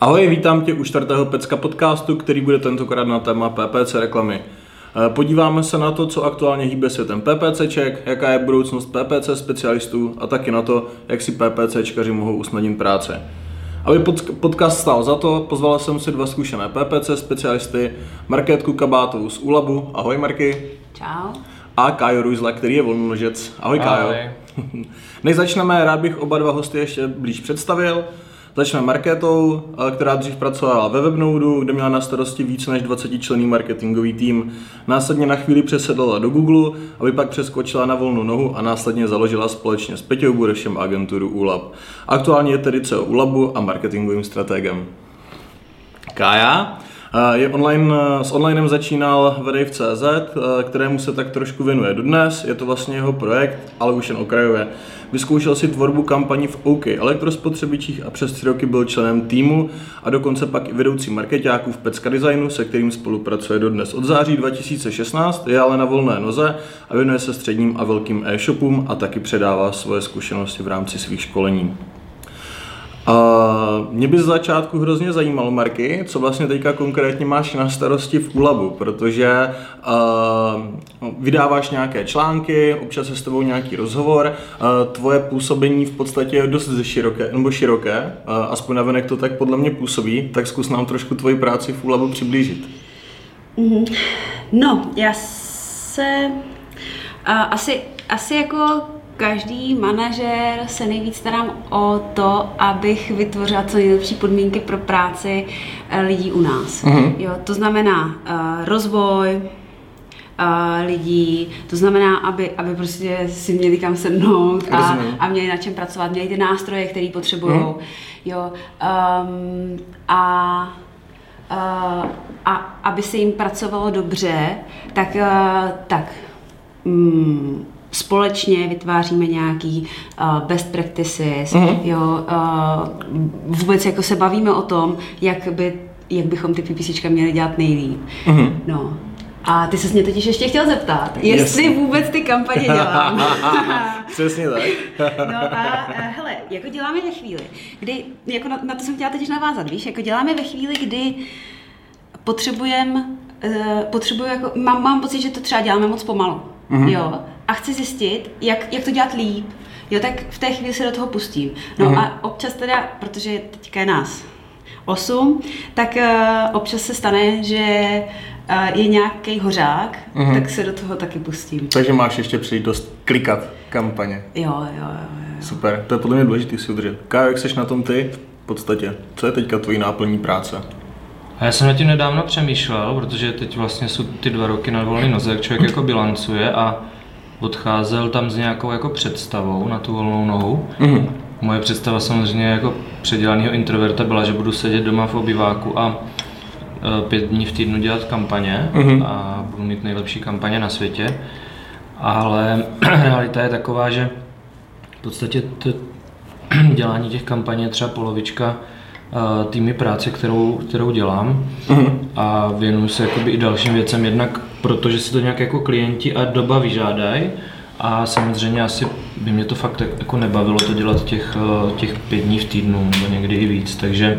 Ahoj, vítám tě u 4. Pecka podcastu, který bude tentokrát na téma PPC reklamy. Podíváme se na to, co aktuálně hýbe světem PPCček, jaká je budoucnost PPC specialistů a taky na to, jak si PPCčkaři mohou usnadnit práce. Aby podcast stál za to, pozval jsem si dva zkušené PPC specialisty, Markétku Kabátovou z ULABu. Ahoj Marky. Čau. A Kájo Rujzla, který je volnonožec. Ahoj Kájo. Ahoj. Než začneme, rád bych oba dva hosty ještě blíž představil. Začneme Markétou, která dřív pracovala ve Webnode, kde měla na starosti více než 20členný marketingový tým. Následně na chvíli přesedlala do Google, aby pak přeskočila na volnou nohu a následně založila společně s Peťou Burešem agenturu ULAB. Aktuálně je tedy CEO ULABu a marketingovým strategem. Kája s onlinem začínal Vedej.cz, kterému se tak trošku věnuje dodnes. Je to vlastně jeho projekt, ale už jen okrajově. Vyzkoušel si tvorbu kampaní v OK elektrospotřebičích a přes 3 roky byl členem týmu a dokonce pak i vedoucí markeťáků v Pecka Designu, se kterým spolupracuje dodnes. Od září 2016 je ale na volné noze a věnuje se středním a velkým e-shopům a taky předává svoje zkušenosti v rámci svých školení. Mě by z začátku hrozně zajímalo, Marky, co vlastně teďka konkrétně máš na starosti v ULABu, protože vydáváš nějaké články, občas je s tebou nějaký rozhovor, tvoje působení v podstatě je dost široké, aspoň navenek to tak podle mě působí, tak zkus nám trošku tvoji práci v ULABu přiblížit. No, já se asi jako každý manažer se nejvíc starám o to, abych vytvořila co nejlepší podmínky pro práci lidí u nás. Jo, to znamená rozvoj lidí, to znamená, aby prostě si měli kam sednout a měli na čem pracovat, měli ty nástroje, které potřebují. Jo, a aby se jim pracovalo dobře, tak společně vytváříme nějaký best practices, jo, vůbec jako se bavíme o tom, jak bychom ty PPCčka měli dělat nejlíp. No. A ty ses mě totiž ještě chtěl zeptat, jestli vůbec ty kampaně dělám. Přesně tak. No a hele, jako děláme ve chvíli, kdy, jako na to jsem chtěla teď navázat, víš, jako děláme ve chvíli, kdy potřebuji jako, mám pocit, že to třeba děláme moc pomalu, jo, a chci zjistit, jak to dělat líp, jo, tak v té chvíli se do toho pustím. No a občas teda, protože teďka je nás 8, tak občas se stane, že je nějaký hořák, tak se do toho taky pustím. Takže máš ještě příležitost klikat kampaně. Jo. Super, to je podle mě důležité si udržet. Kájo, jak seš na tom ty v podstatě? Co je teďka tvojí náplní práce? A já jsem na tím nedávno přemýšlel, protože teď vlastně jsou ty 2 roky na volné noze, jak člověk jako bilancuje a odcházel tam s nějakou jako představou na tu volnou nohu. Moje představa samozřejmě jako předělaného introverta byla, že budu sedět doma v obýváku a 5 dní v týdnu dělat kampaně a budu mít nejlepší kampaně na světě. Ale realita je taková, že v podstatě dělání těch kampaní je třeba polovička týmy práce, kterou dělám a věnuju se jakoby i dalším věcem, jednak protože si to nějak jako klienti a doba vyžádají a samozřejmě asi by mě to fakt jako nebavilo to dělat těch 5 dní v týdnu nebo někdy i víc,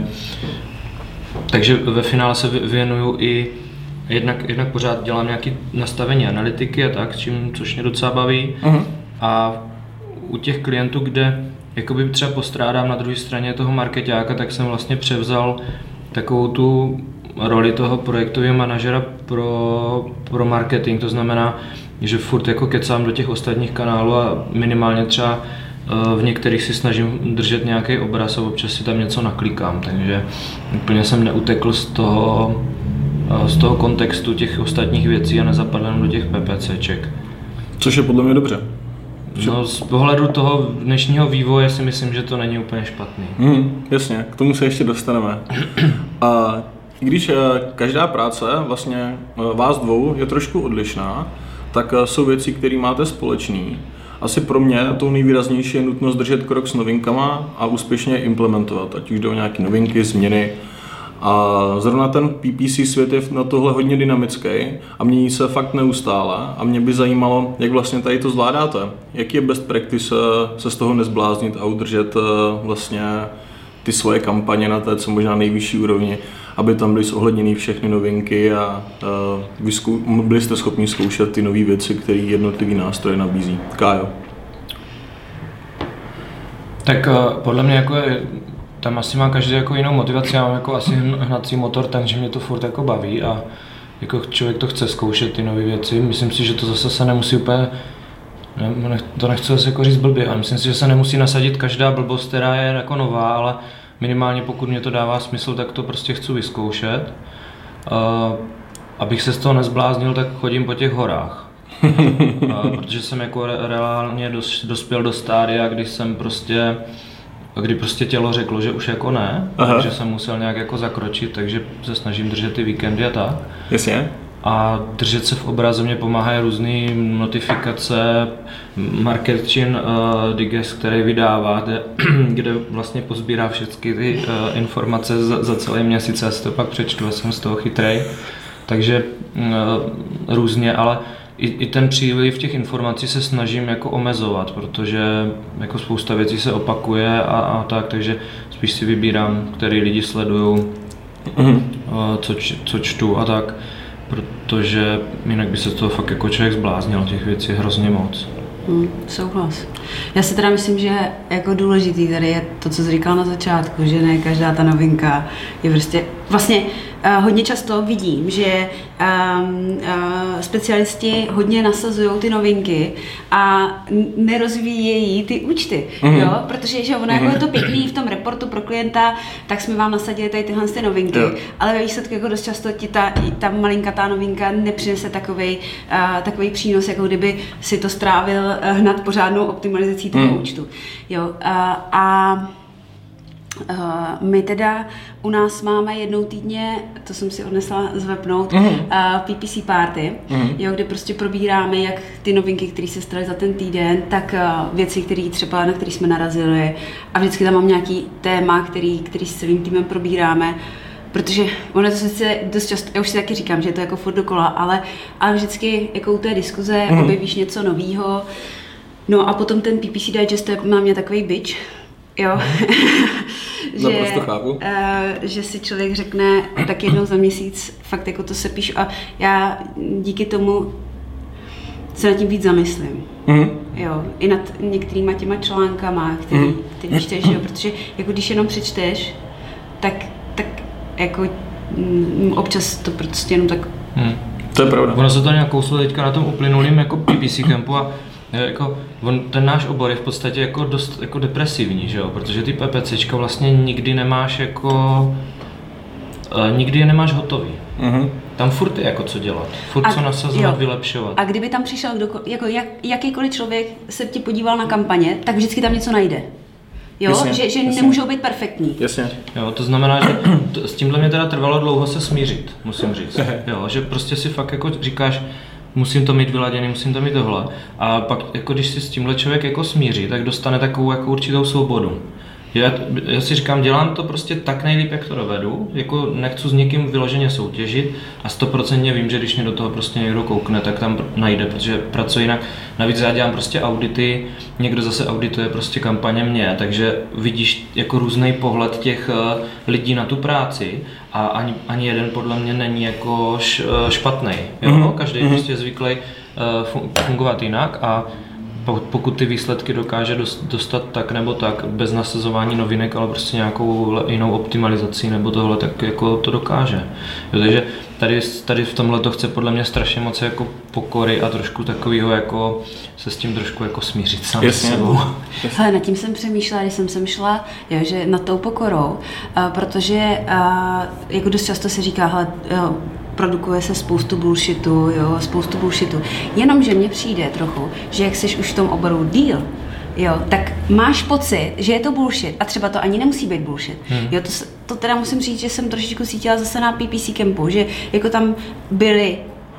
takže ve finále se věnuju i jednak pořád dělám nějaké nastavení analytiky a tak, což mě docela baví a u těch klientů, kde jakoby třeba postrádám na druhé straně toho markeťáka, tak jsem vlastně převzal takovou tu roli toho projektového manažera pro marketing, to znamená, že furt jako kecám do těch ostatních kanálů a minimálně třeba v některých si snažím držet nějaký obraz a občas si tam něco naklikám, takže úplně jsem neutekl z toho kontextu těch ostatních věcí a nezapadl do těch PPCček. Což je podle mě dobře. No, z pohledu toho dnešního vývoje si myslím, že to není úplně špatný. Jasně, k tomu se ještě dostaneme. A i když každá práce vlastně vás dvou je trošku odlišná, tak jsou věci, které máte společný. Asi pro mě tou nejvýraznější je nutnost držet krok s novinkama a úspěšně implementovat, ať už jdou nějaké novinky, změny. A zrovna ten PPC svět je na tohle hodně dynamický a mění se fakt neustále a mě by zajímalo, jak vlastně tady to zvládáte. Jaký je best practice se z toho nezbláznit a udržet vlastně ty svoje kampaně na té co možná nejvyšší úrovni, aby tam byly zohledněny všechny novinky a byli jste schopni zkoušet ty nové věci, které jednotlivý nástroje nabízí. Kájo. Tak podle mě jako tam asi má každý jako jinou motivaci, já mám jako asi hnací motor ten, že mě to furt jako baví a jako člověk to chce zkoušet ty nové věci. Myslím si, že to zase se nemusí úplně, to nechci zase jako říct blbě, ale myslím si, že se nemusí nasadit každá blbost, která je jako nová, ale minimálně pokud mě to dává smysl, tak to prostě chci vyzkoušet. Abych se z toho nezbláznil, tak chodím po těch horách. Protože jsem jako reálně dospěl do stádia, kdy prostě tělo řeklo, že už jako ne, takže jsem musel nějak jako zakročit, takže se snažím držet ty víkendy a tak. Jasně. A držet se v obraze mě pomáhají různé notifikace, Marketing Digest, který vydává, kde vlastně pozbírá všechny ty informace za celý měsíc, já si to pak přečtu, jsem z toho chytrej. Takže různě, ale i ten příliv těch informací se snažím jako omezovat, protože jako spousta věcí se opakuje a tak, takže spíš si vybírám, který lidi sledují, co čtu a tak, protože jinak by se z toho fakt jako člověk zbláznil, těch věcí hrozně moc. Souhlas. Já si teda myslím, že jako důležitý tady je to, co jsi říkal na začátku, že ne každá ta novinka je prostě vlastně hodně často vidím, že specialisti hodně nasazují ty novinky a nerozvíjejí ty účty, jo? Protože že ono jako je to pěkný v tom reportu pro klienta, tak jsme vám nasadili tady tyhle ty novinky, ale ve výsledku jako dost často ti ta malinkatá novinka nepřinese takový přínos, jako kdyby si to strávil hned pořádnou optimalizací toho účtu. Jo? My teda u nás máme jednou týdně, to jsem si odnesla z Webnote, PPC party, jo, kde prostě probíráme jak ty novinky, které se staly za ten týden, tak věci, na které jsme narazili a vždycky tam mám nějaký téma, který s celým týmem probíráme. Protože ono to sice dost často, já už si taky říkám, že je to jako furt dokola, ale vždycky jako u té diskuze objevíš něco novýho. No a potom ten PPC Digest má mě takový bitch, jo, že si člověk řekne tak jednou za měsíc, fakt jako to se píšu a já díky tomu se nad tím víc zamyslím. Jo, i nad některýma těma článkama, který čteš, jo, protože jako když jenom přečteš, tak jako občas to prostě jenom tak... To je pravda. Ono se to nějak kouslo teďka na tom uplynulým jako PPC campu a jako ten náš obor je v podstatě jako dost jako depresivní, že jo? Protože ty PPCčka vlastně nikdy nemáš jako... nikdy je nemáš hotový. Tam furt je jako co dělat, furt co nasazovat, vylepšovat. A kdyby tam přišel jako jakýkoliv člověk se ti podíval na kampaně, tak vždycky tam něco najde. Jo, jasně, že nemůžou být perfektní. Jasně. Jo, to znamená, že s tímhle mě teda trvalo dlouho se smířit, musím říct. Jo, že prostě si fakt jako říkáš, musím to mít vyladěný, musím to mít tohle. A pak jako když si s tímhle člověk jako smíří, tak dostane takovou jako určitou svobodu. Já si říkám, dělám to prostě tak nejlíp, jak to dovedu, jako nechci s někým vyloženě soutěžit a 100% vím, že když mě do toho prostě někdo koukne, tak tam najde, protože pracuji jinak. Navíc já dělám prostě audity, někdo zase audituje prostě kampaně mě, takže vidíš jako různý pohled těch lidí na tu práci a ani jeden podle mě není jako špatný. Každý prostě je zvyklý fungovat jinak a pokud ty výsledky dokáže dostat tak nebo tak, bez nasazování novinek, ale prostě nějakou jinou optimalizací nebo tohle, tak jako to dokáže. Jo, takže tady v tomhle to chce podle mě strašně moc jako pokory a trošku takového jako se s tím trošku jako smířit sám s sebou. Hele, nad tím jsem přemýšlela, když jsem sem šla, jo, že nad tou pokorou, protože jako dost často se říká, hele, produkuje se spoustu bullshitu. Jenomže mně přijde trochu, že jak jsi už v tom oboru díl, jo, tak máš pocit, že je to bullshit a třeba to ani nemusí být bullshit. Jo, to teda musím říct, že jsem trošičku cítila zase na PPC campu, že jako tam byly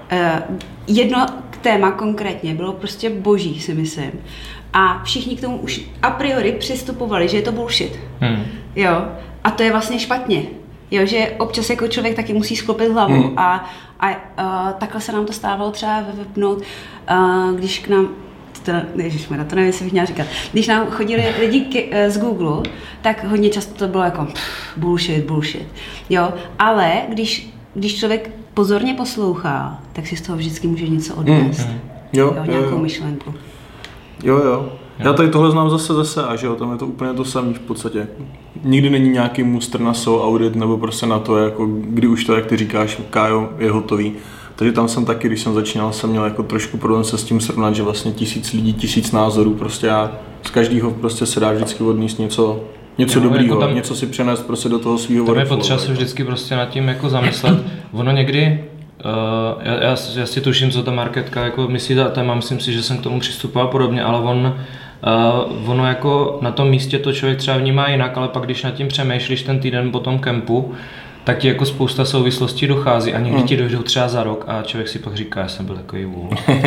jedno téma konkrétně, bylo prostě boží, si myslím. A všichni k tomu už a priori přistupovali, že je to bullshit. Jo, a to je vlastně špatně. Jo, že občas jako člověk taky musí sklopit hlavu a takhle se nám to stávalo třeba ve Webnote, když k nám ježišmarja, to nevím, jestli bych měla říkat. Když nám chodili lidi z Google, tak hodně často to bylo jako bullshit. Jo, ale když člověk pozorně poslouchá, tak si z toho vždycky může něco odnést. Nějakou myšlenku. Jo. Já tady tohle znám zase a že jo, tam je to úplně to samé v podstatě. Nikdy není nějaký mustr na SEO audit nebo prostě na to, jako kdy už to, jak ty říkáš, Kájo, je hotový. Takže tam jsem taky, když jsem začínal, jsem měl jako trošku problém se s tím srovnat, že vlastně 1000 lidí, 1000 názorů, prostě a z každého prostě se dá vždycky odníst něco dobrýho, jako něco si přenést prostě do toho svýho workflow. Tam je potřeba se vždycky prostě nad tím jako zamyslet. Ono někdy, já si tuším, co ta marketka jako myslí za téma, myslím si, že jsem k tomu přistupoval podobně, ale ono jako na tom místě to člověk třeba vnímá jinak, ale pak když nad tím přemýšlíš ten týden po tom kempu, tak ti jako spousta souvislostí dochází a někdy ti dojdou třeba za rok a člověk si pak říká, já jsem byl takový vůl.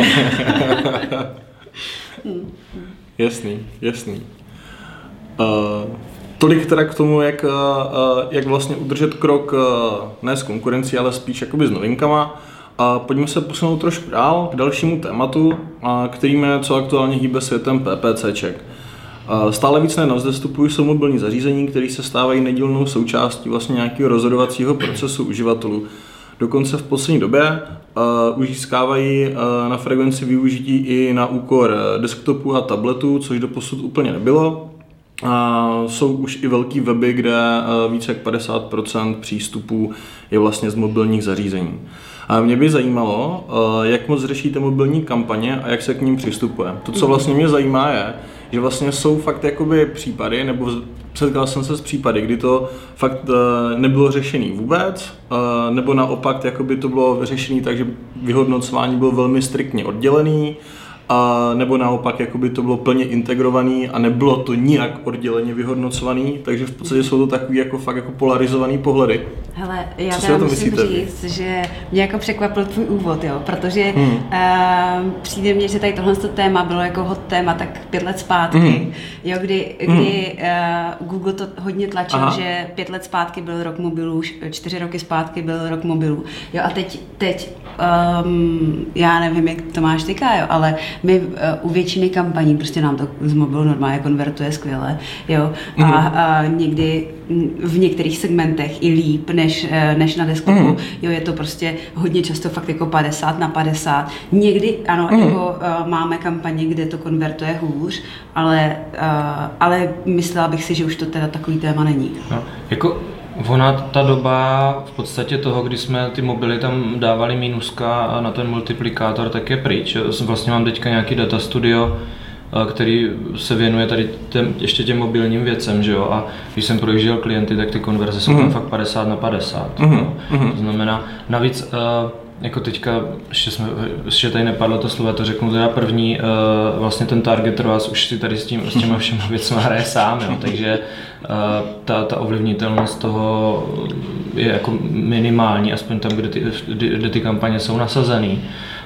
Jasný. Tolik teda k tomu, jak vlastně udržet krok ne s konkurencí, ale spíš jakoby s novinkama. A pojďme se posunout trošku dál k dalšímu tématu, kterým je, co aktuálně hýbe světem PPCček. Stále víc na vzestupu jsou mobilní zařízení, které se stávají nedílnou součástí vlastně nějakého rozhodovacího procesu uživatelů. Dokonce v poslední době už získávají na frekvenci využití i na úkor desktopů a tabletů, což doposud úplně nebylo. Jsou už i velký weby, kde více jak 50% přístupů je vlastně z mobilních zařízení. A mě by zajímalo, jak moc řešíte mobilní kampaně a jak se k ním přistupuje. To, co vlastně mě zajímá, je, že vlastně jsou fakt jakoby případy, nebo setkal jsem se s případy, kdy to fakt nebylo řešený vůbec, nebo naopak jakoby to bylo řešený tak, že vyhodnocování bylo velmi striktně oddělený, nebo naopak jakoby to bylo plně integrovaný a nebylo to nijak odděleně vyhodnocovaný, takže v podstatě jsou to takový jako fakt jako polarizovaný pohledy. Hele, já teda musím říct, že mě jako překvapil tvůj úvod, jo, protože přijde mně, že tady tohle téma bylo jako hot téma tak 5 let zpátky, jo, kdy Google to hodně tlačil, že 5 let zpátky byl rok mobilů, 4 roky zpátky byl rok mobilů, jo, a teď já nevím, jak to máš tyka, jo, ale my u většiny kampaní prostě nám to z mobilu normálně konvertuje skvěle, jo, a někdy v některých segmentech i líp než na desktopu, jo, je to prostě hodně často fakt jako 50/50. Někdy ano, jako máme kampaně, kde to konvertuje hůř, ale myslela bych si, že už to teda takový téma není. No, jako ta doba v podstatě toho, kdy jsme ty mobily tam dávali mínuska a na ten multiplikátor, tak je pryč. Vlastně mám teďka nějaký data studio, který se věnuje tady ještě těm mobilním věcem, že jo, a když jsem projížděl klienty, tak ty konverze jsou tam fakt 50/50. To znamená, navíc jako teďka, ještě tady nepadlo to slovo, to řeknu teda první, vlastně ten target ROAS už si tady s těma všema věcma hraje sám, jo, takže ta ovlivnitelnost toho je jako minimální, aspoň tam, kde ty kampaně jsou nasazený.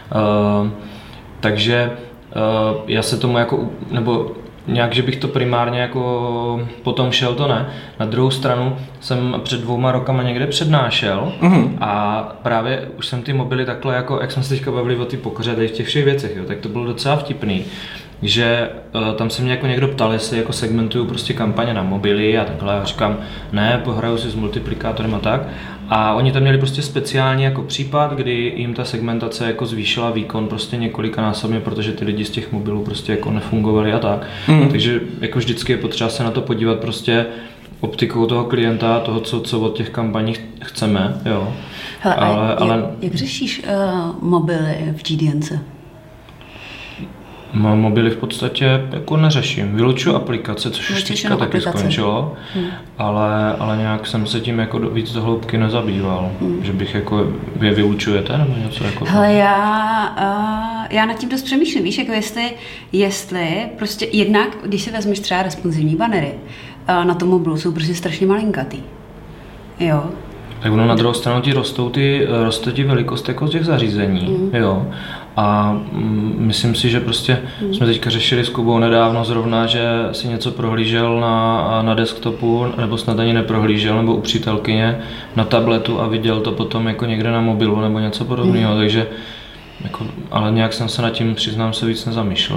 Takže já se tomu jako, nebo nějak, že bych to primárně jako potom šel, to ne. Na druhou stranu jsem před 2 rokama někde přednášel a právě už jsem ty mobily takhle, jako jak jsme se teďka bavili o ty pokoře tady v těch všech věcech, jo, tak to bylo docela vtipný, že tam se mě jako někdo ptal, jestli jako segmentuju prostě kampaně na mobily a takhle, a říkám, ne, pohraju si s multiplikátorem a tak. A oni tam měli prostě speciálně jako případ, kdy jim ta segmentace jako zvýšila výkon prostě několikanásobně, protože ty lidi z těch mobilů prostě jako nefungovali a tak. Takže jako vždycky je potřeba se na to podívat prostě optikou toho klienta, toho, co od těch kampaní chceme, jo. Hele, ale jak řešíš mobily v GDNce? Mobily v podstatě jako neřeším. Vylučuju aplikace, což už teďka taky skončilo, ale nějak jsem se tím jako víc do hloubky nezabýval. Že bych jako, vy vylučujete nebo něco jako to? Hele, já nad tím dost přemýšlím, víš, jako jestli prostě jednak, když si vezmeš třeba responsivní banery, na tom mobilu jsou prostě strašně malinkatý. Jo. Tak ono na druhou stranu roste ti velikost jako těch zařízení, jo. A myslím si, že prostě jsme teďka řešili s Kubou nedávno zrovna, že si něco prohlížel na desktopu, nebo snad ani neprohlížel, nebo u přítelkyně na tabletu a viděl to potom jako někde na mobilu nebo něco podobného, takže jako, ale nějak jsem se nad tím, přiznám se, víc nezamýšlel.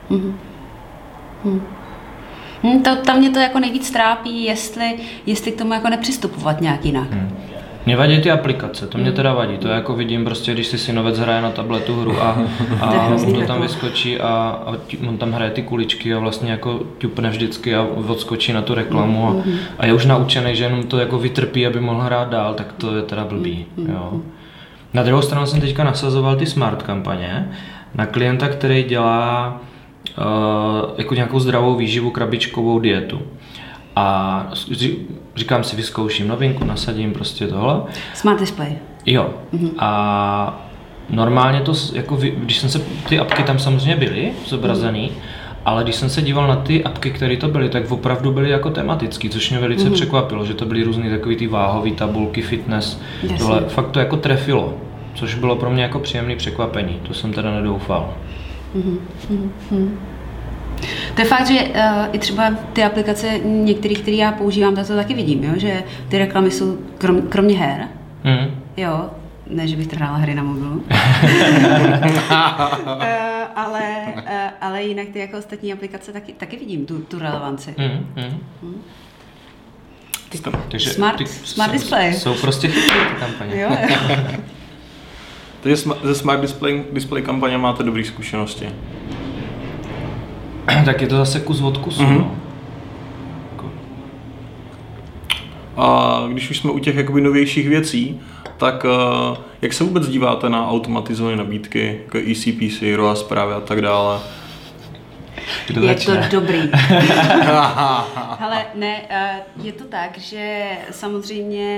Tam mě to jako nejvíc trápí, jestli k tomu jako nepřistupovat nějak jinak. Mě vadí ty aplikace, to mě teda vadí, to jako vidím prostě, když si synovec hraje na tabletu hru a on to tam vyskočí a on tam hraje ty kuličky a vlastně jako ťupne vždycky a odskočí na tu reklamu a je už naučený, že jenom to jako vytrpí, aby mohl hrát dál, tak to je teda blbý, jo. Na druhou stranu jsem teďka nasazoval ty smart kampaně na klienta, který dělá jako nějakou zdravou výživu, krabičkovou dietu. A říkám si, vyzkouším novinku, nasadím prostě tohle. Smart display. Jo. A normálně to, jako když jsem se, ty apky tam samozřejmě byly zobrazený, ale když jsem se díval na ty apky, které to byly, tak opravdu byly jako tematický, což mě velice překvapilo, že to byly různý takový ty váhový tabulky, fitness, tohle, fakt to jako trefilo, což bylo pro mě jako příjemné překvapení, to jsem teda nedoufal. To je fakt, že i třeba ty aplikace některých, které já používám, tak to taky vidím, jo? Že ty reklamy jsou kromě her, jo, ne, že bych hrála hry na mobilu, ale jinak ty jako ostatní aplikace taky vidím tu relevanci. Takže smart display. Jsou prostě chytrý ty kampaně. Jo. Takže ze smart display kampaně máte dobré zkušenosti. Tak je to zase kus od kusu, no. A když už jsme u těch jakoby novějších věcí, tak jak se vůbec díváte na automatizované nabídky, jako ECPC, ROAS zprávy a tak dále? Je to dobrý. Hele, ne, je to tak, že samozřejmě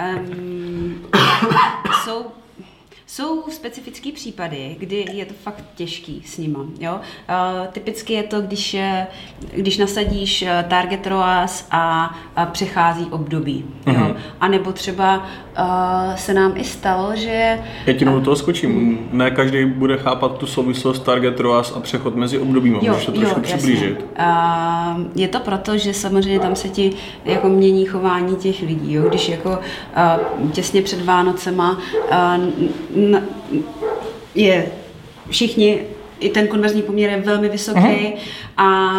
jsou specifické případy, kdy je to fakt těžký s nima. Jo? Typicky je to, když nasadíš target ROAS a přechází období. Jo? A nebo třeba se nám i stalo, že... Já ti do toho skočím. Ne každý bude chápat tu souvislost target ROAS a přechod mezi obdobíma. Můžeš to trošku přiblížit? Je to proto, že samozřejmě tam se ti jako mění chování těch lidí. Jo? Když jako těsně před Vánocema je všichni, i ten konverzní poměr je velmi vysoký a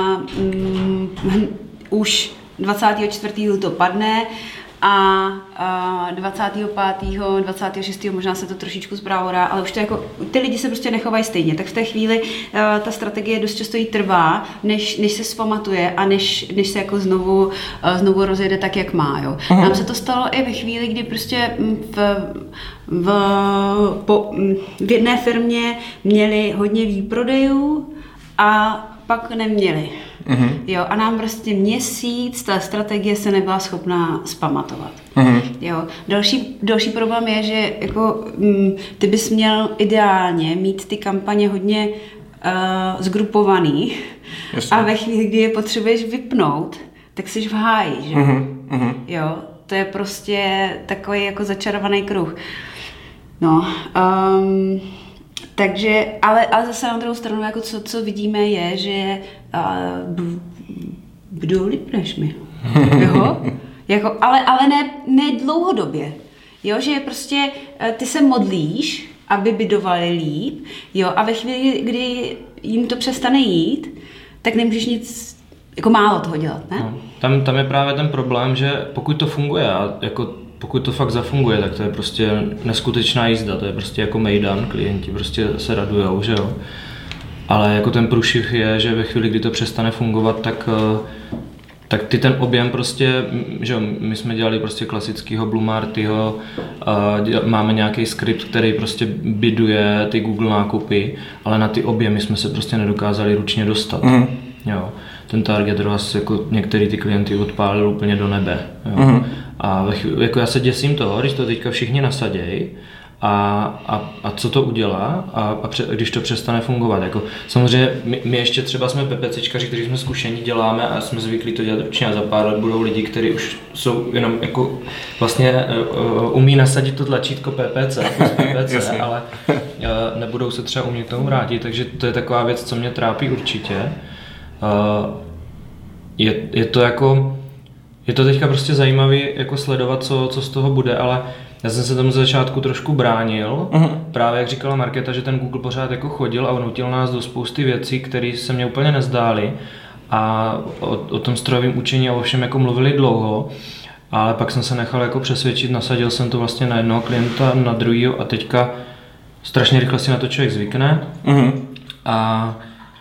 už 24. to padne a 25. 26. možná se to trošičku zbrávorá, ale už to jako, ty lidi se prostě nechovají stejně, tak v té chvíli ta strategie dost často jí trvá, než se zpamatuje a než se jako znovu rozjede tak, jak má. Jo. Nám se to stalo i ve chvíli, kdy prostě v jedné firmě měli hodně výprodejů a pak neměli. Jo, a nám prostě měsíc ta strategie se nebyla schopná zpamatovat. Jo. Další problém je, že jako, ty bys měl ideálně mít ty kampaně hodně zgrupovaný. Jasně. A ve chvíli, kdy je potřebuješ vypnout, tak jsi v háji, že? Jo, to je prostě takový jako začarovaný kruh. No, takže, ale zase na druhou stranu, jako co vidíme je, že kdo lipneš mi, jo? Jako, ale ne dlouhodobě, jo, že prostě ty se modlíš, aby bydovali líp, jo, a ve chvíli, kdy jim to přestane jít, tak nemůžeš nic, jako málo toho dělat, ne? No, tam je právě ten problém, že pokud to funguje a jako pokud to fakt zafunguje, tak to je prostě neskutečná jízda, to je prostě jako mejdan, klienti prostě se radujou, že jo. Ale jako ten průšvih je, že ve chvíli, kdy to přestane fungovat, tak ty ten objem prostě, že jo, my jsme dělali prostě klasického Blue Martyho, máme nějaký skript, který prostě biduje ty Google nákupy, ale na ty objemy jsme se prostě nedokázali ručně dostat, jo. Ten target ROAS jako některý ty klienty odpálil úplně do nebe, jo. A jako já se děsím toho, když to teďka všichni nasadějí a co to udělá když to přestane fungovat. Jako, samozřejmě my ještě třeba jsme PPCčkaři, kteří jsme zkušení, děláme a jsme zvyklí to dělat ručně a za pár let budou lidi, kteří už jsou jenom jako vlastně umí nasadit to tlačítko PPC, ale nebudou se třeba umět k tomu vrátit, takže to je taková věc, co mě trápí určitě. Je to jako Je to teďka prostě zajímavý jako sledovat, co z toho bude, ale já jsem se tomu ze začátku trošku bránil, právě jak říkala Markéta, že ten Google pořád jako chodil a nutil nás do spousty věcí, které se mně úplně nezdály a o tom strojovém učení a o všem jako mluvili dlouho, ale pak jsem se nechal jako přesvědčit, nasadil jsem to vlastně na jednoho klienta, na druhýho a teďka strašně rychle si na to člověk zvykne a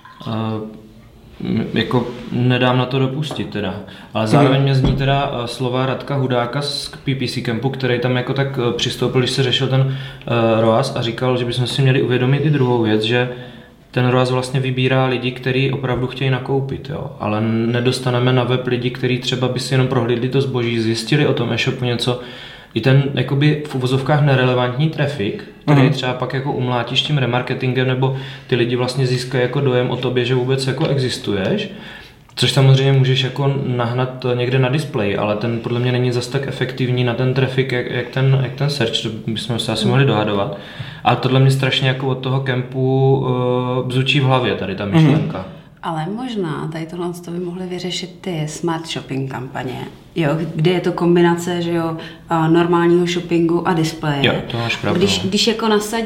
jako nedám na to dopustit teda, ale zároveň mě zní teda slova Radka Hudáka z PPC Campu, který tam jako tak přistoupil, když se řešil ten ROAS a říkal, že bychom si měli uvědomit i druhou věc, že ten ROAS vlastně vybírá lidi, kteří opravdu chtějí nakoupit, jo? Ale nedostaneme na web lidi, kteří třeba by si jenom prohlídli to zboží, zjistili o tom e-shopu něco, i ten jakoby v uvozovkách nerelevantní trafik, který třeba pak jako umlátíš tím remarketingem, nebo ty lidi vlastně získají jako dojem o tobě, že vůbec jako existuješ, což samozřejmě můžeš jako nahnat někde na displeji, ale ten podle mě není zas tak efektivní na ten trafik, jak ten search, to bychom se asi mohli dohadovat. Ale tohle mě strašně jako od toho kempu bzučí v hlavě, tady ta myšlenka. Ale možná tady tohle by mohly vyřešit ty smart shopping kampaně, jo, kde je to kombinace, že jo, normálního shoppingu a displeje. Jo, to máš pravdu. Když jako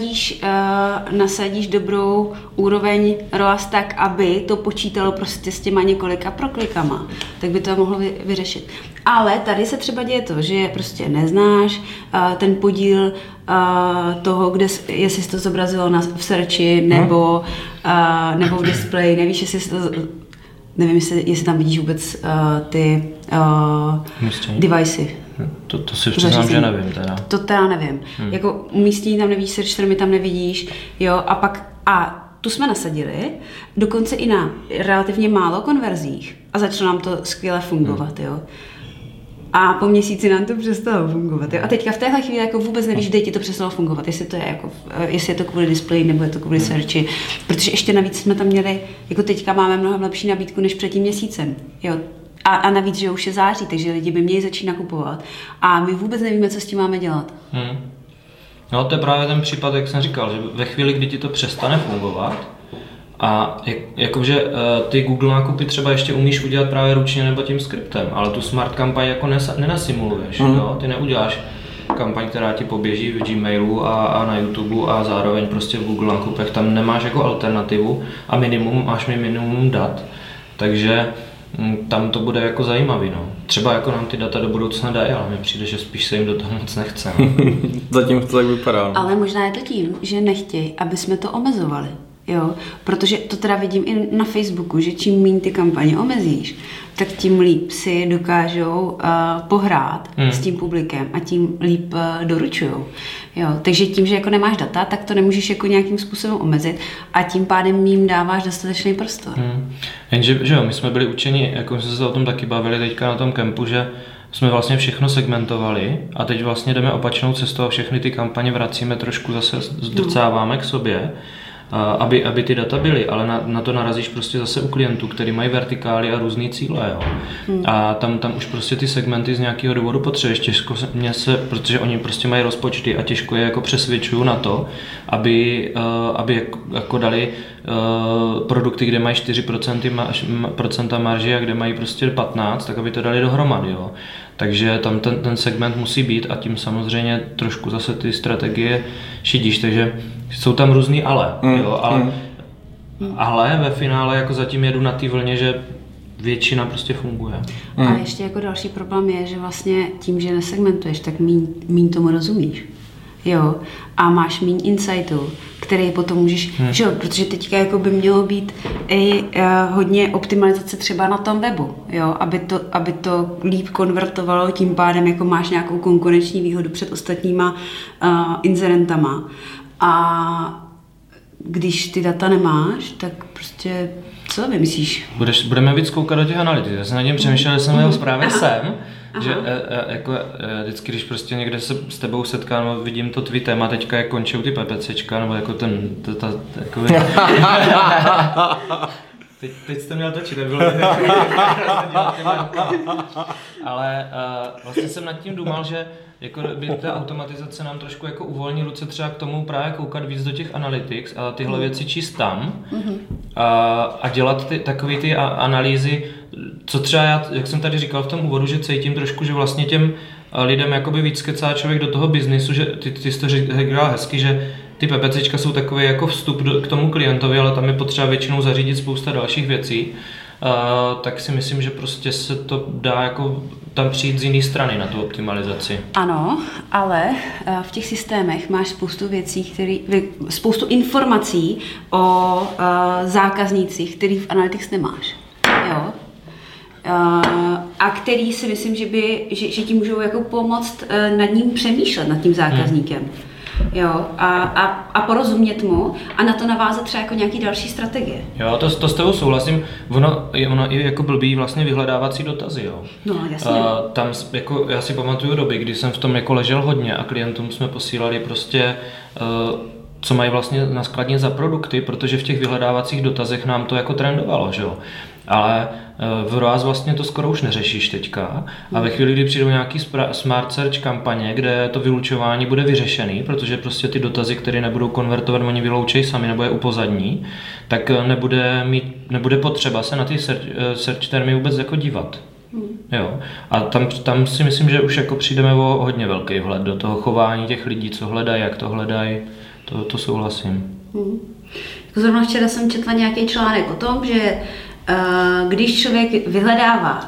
nasadíš dobrou úroveň ROAS tak, aby to počítalo prostě s těma několika proklikama, tak by to mohlo vyřešit. Ale tady se třeba děje to, že prostě neznáš ten podíl toho, kde, jestli jsi to zobrazilo v searchi nebo v displeji, nevíš, jestli to, nevím, jestli tam vidíš vůbec ty devicey. To si přiznám, že nevím teda. To teda nevím. Jako umístění tam nevíš, search termy tam nevidíš, jo, a tu jsme nasadili, dokonce i na relativně málo konverzích a začalo nám to skvěle fungovat, jo. A po měsíci nám to přestalo fungovat. Jo? A teďka v téhle chvíli jako vůbec nevíš, kde ti to přestalo fungovat, jestli je to kvůli displeji nebo je to kvůli searchi, protože ještě navíc jsme tam měli, jako teďka máme mnohem lepší nabídku než před tím měsícem. Jo? A navíc, že už je září, takže lidi by měli začít nakupovat a my vůbec nevíme, co s tím máme dělat. No to je právě ten případ, jak jsem říkal, že ve chvíli, kdy ti to přestane fungovat, a jakože ty Google nákupy třeba ještě umíš udělat právě ručně nebo tím skriptem, ale tu smart kampaň jako nenasimuluješ, jo? Ty neuděláš kampaň, která ti poběží v Gmailu a na YouTube a zároveň prostě v Google nákupech, tam nemáš jako alternativu a máš minimum dat, takže tam to bude jako zajímavý, no. Třeba jako nám ty data do budoucna dají, ale mi přijde, že spíš se jim do toho moc nechce. No. Zatím to tak vypadá. No. Ale možná je to tím, že nechtějí, aby jsme to omezovali. Jo, protože to teda vidím i na Facebooku, že čím méně ty kampaně omezíš, tak tím líp si dokážou pohrát s tím publikem a tím líp doručujou. Jo, takže tím, že jako nemáš data, tak to nemůžeš jako nějakým způsobem omezit a tím pádem jim dáváš dostatečný prostor. Jenže že jo, my jsme byli učeni, jako jsme se o tom taky bavili teďka na tom kempu, že jsme vlastně všechno segmentovali a teď vlastně jdeme opačnou cestou a všechny ty kampaně vracíme trošku zase, zdrcáváme k sobě. Aby ty data byly, ale na to narazíš prostě zase u klientů, který mají vertikály a různý cíle, jo. A tam už prostě ty segmenty z nějakého důvodu potřebuješ, protože oni prostě mají rozpočty a těžko je jako přesvědčuju na to, aby jako dali produkty, kde mají 4% marži a kde mají prostě 15, tak aby to dali dohromady, jo. Takže tam ten segment musí být a tím samozřejmě trošku zase ty strategie šidíš, takže jsou tam různý jo, ale ve finále jako zatím jedu na té vlně, že většina prostě funguje. A ještě jako další problém je, že vlastně tím, že nesegmentuješ, tak míň tomu rozumíš. Jo, a máš míň insightů, který potom můžeš, že jo, protože teďka jako by mělo být i hodně optimalizace třeba na tom webu, jo, aby to líp konvertovalo, tím pádem jako máš nějakou konkurenční výhodu před ostatníma inzerentama. A když ty data nemáš, tak prostě co vymyslíš? Budeme víc koukat do těch analytik. Já jsem na něm přemýšlel, že jsem měl právě sem, že jako vždycky, když prostě někde se s tebou setkám a vidím to tvý téma, teďka jak končí ty PPCčka, nebo jako jako teď jste měl točit, nebylo ale vlastně jsem nad tím důmal, že jako by ta automatizace nám trošku jako uvolní ruce třeba k tomu právě koukat víc do těch analytics a tyhle věci číst tam a dělat takový ty analýzy co třeba já, jak jsem tady říkal v tom úvodu, že cítím trošku, že vlastně těm lidem jakoby víc kecá člověk do toho biznisu, že ty jsi to říkala hezky, že ty PPCčka jsou takový jako vstup k tomu klientovi, ale tam je potřeba většinou zařídit spousta dalších věcí. Tak si myslím, že prostě se to dá jako tam přijít z jiné strany na tu optimalizaci. Ano, ale v těch systémech máš spoustu věcí, spoustu informací o zákaznících, který v Analytics nemáš. Jo? A který si myslím, že ti můžou jako pomoct nad ním přemýšlet, nad tím zákazníkem. Jo, a porozumět mu a na to navázat třeba jako nějaký další strategie. Jo, to s tebou souhlasím. Ono i jako blbý vlastně vyhledávací dotazy, jo. No, jasně. Tam jako, já si pamatuju doby, kdy jsem v tom jako ležel hodně a klientům jsme posílali prostě co mají vlastně naskladně za produkty, protože v těch vyhledávacích dotazech nám to jako trendovalo, že jo. Ale v ROAS vlastně to skoro už neřešíš teďka a ve chvíli, kdy přijdou nějaký smart search kampaně, kde to vylučování bude vyřešený, protože prostě ty dotazy, které nebudou konvertovat, oni vyloučejí sami nebo je upozadní, tak nebude potřeba se na ty search termy vůbec jako dívat. Jo. A tam si myslím, že už jako přijdeme o hodně velký vhled do toho chování těch lidí, co hledají, jak to hledají, to souhlasím. Zrovna včera jsem četla nějaký článek o tom, že když člověk vyhledává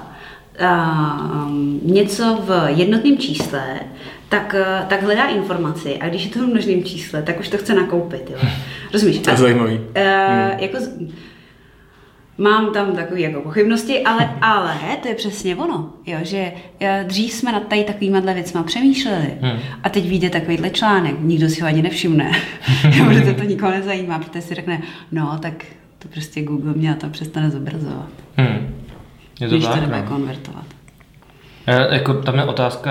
něco v jednotném čísle, tak hledá informaci a když je to v množném čísle, tak už to chce nakoupit. Jo. Rozumíš? To je zajímavý. Jako, mám tam takové jako pochybnosti, ale to je přesně ono, jo, že dřív jsme nad tady takovýma věcma přemýšleli a teď vyjde takovýhle článek, nikdo si ho ani nevšimne, protože to nikoho nezajímá, protože si řekne, no tak to prostě Google mě tam přestane zobrazovat. Je to když tak, to nebude konvertovat. Jako, tam je otázka,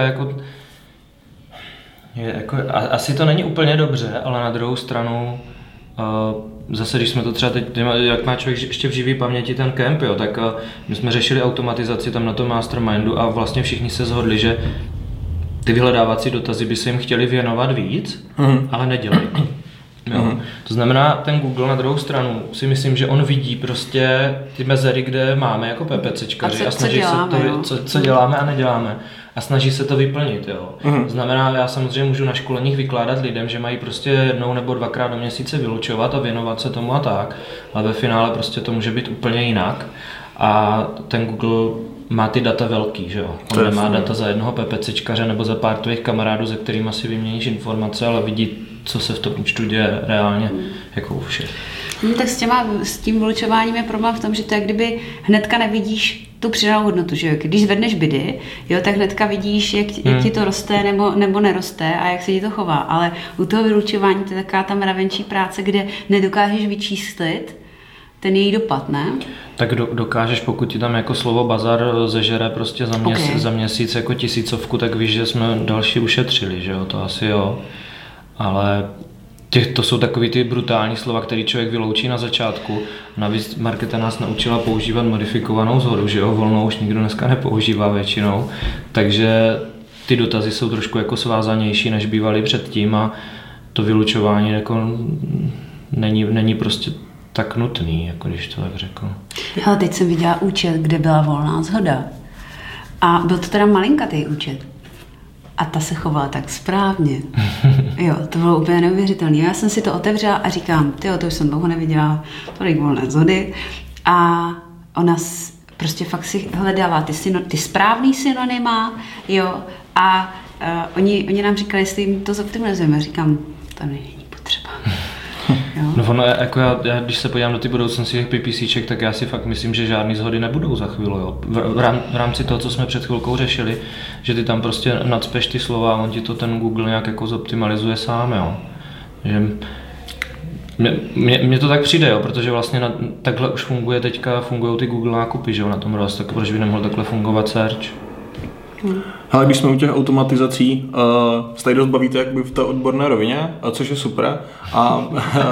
asi to není úplně dobře, ale na druhou stranu zase, když jsme to třeba teď, jak má člověk ještě v živý paměti ten kemp, jo, tak my jsme řešili automatizaci tam na tom mastermindu a vlastně všichni se shodli, že ty vyhledávací dotazy by se jim chtěli věnovat víc, ale nedělají. Jo. To znamená, ten Google na druhou stranu si myslím, že on vidí prostě ty mezery, kde máme jako PPCčkaři a snaží se co děláme a neděláme a snaží se to vyplnit. Jo. To znamená, já samozřejmě můžu na školeních vykládat lidem, že mají prostě 1 nebo 2krát do měsíce vylučovat a věnovat se tomu a tak, ale ve finále prostě to může být úplně jinak a ten Google má ty data velký, že jo. On nemá data za jednoho PPCčkaře nebo za pár tvých kamarádů, se kterými si vyměníš informace, ale vidí, co se v tom účtu děje reálně, jako u všech. Tak s tím vylučováním je problém v tom, že to je, kdyby hnedka nevidíš tu přidanou hodnotu, že jo. Když zvedneš bidy, jo, tak hnedka vidíš, jak ti to roste nebo neroste a jak se ti to chová, ale u toho vylučování to je taková ta mravenčí práce, kde nedokážeš vyčíslit ten její dopad, ne? Tak dokážeš, pokud ti tam jako slovo bazar zežere prostě za měsíc jako 1000, tak víš, že jsme další ušetřili, že jo, to asi jo. Ale to jsou takový ty brutální slova, který člověk vyloučí na začátku. Navíc Markéta nás naučila používat modifikovanou shodu, že jo, volnou už nikdo dneska nepoužívá většinou. Takže ty dotazy jsou trošku jako svázanější, než bývaly předtím a to vylučování jako není prostě tak nutný, jako když to tak řeknu. Hele, teď jsem viděla účet, kde byla volná shoda. A byl to teda malinkatý účet. A ta se chovala tak správně. Jo, to bylo úplně neuvěřitelné. Já jsem si to otevřela a říkám, to už jsem dlouho neviděla, tolik volné shody. A ona prostě fakt si hledala ty správný synonyma, jo. A oni nám říkali, jestli jim to zoptimalizujeme. Říkám, to není potřeba. Jo. No ono, jako já, když se podívám do ty budoucnosti těch PPCček, tak já si fakt myslím, že žádný shody nebudou za chvíli. Jo. V rámci toho, co jsme před chvilkou řešili, že ty tam prostě nacpeš ty slova a on ti to ten Google nějak jako zoptimalizuje sám. Jo. Že mně to tak přijde, jo, protože vlastně takhle už fungují ty Google nákupy, že jo, na tom ROAS, tak proč by nemohl takhle fungovat search? Ale když jsme u těch automatizací, se tady dost bavíte jakby v té odborné rovině, což je super. A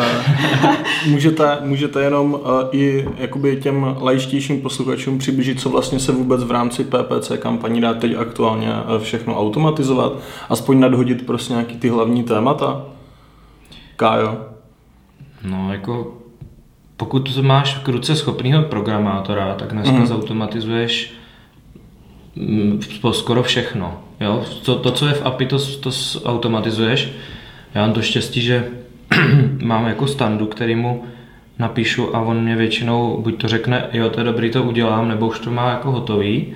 můžete jenom i jakoby těm laičtějším posluchačům přiblížit, co vlastně se vůbec v rámci PPC kampaní dá teď aktuálně všechno automatizovat, aspoň nadhodit prostě nějaký ty hlavní témata. Kájo? No jako pokud máš k ruce schopného programátora, tak dneska zautomatizuješ skoro všechno. Jo? To, co je v API, to automatizuješ. Já mám to štěstí, že mám jako standu, který mu napíšu a on mě většinou buď to řekne, jo, to je dobrý, to udělám, nebo už to má jako hotový.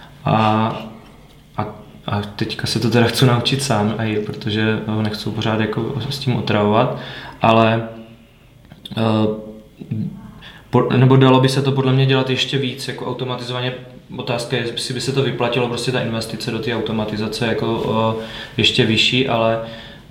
A teďka se to teda chci naučit sám, protože ho nechci pořád jako s tím otravovat, ale nebo dalo by se to podle mě dělat ještě víc, jako automatizovaně. Otázka je, jestli by se to vyplatilo, prostě ta investice do té automatizace jako ještě vyšší, ale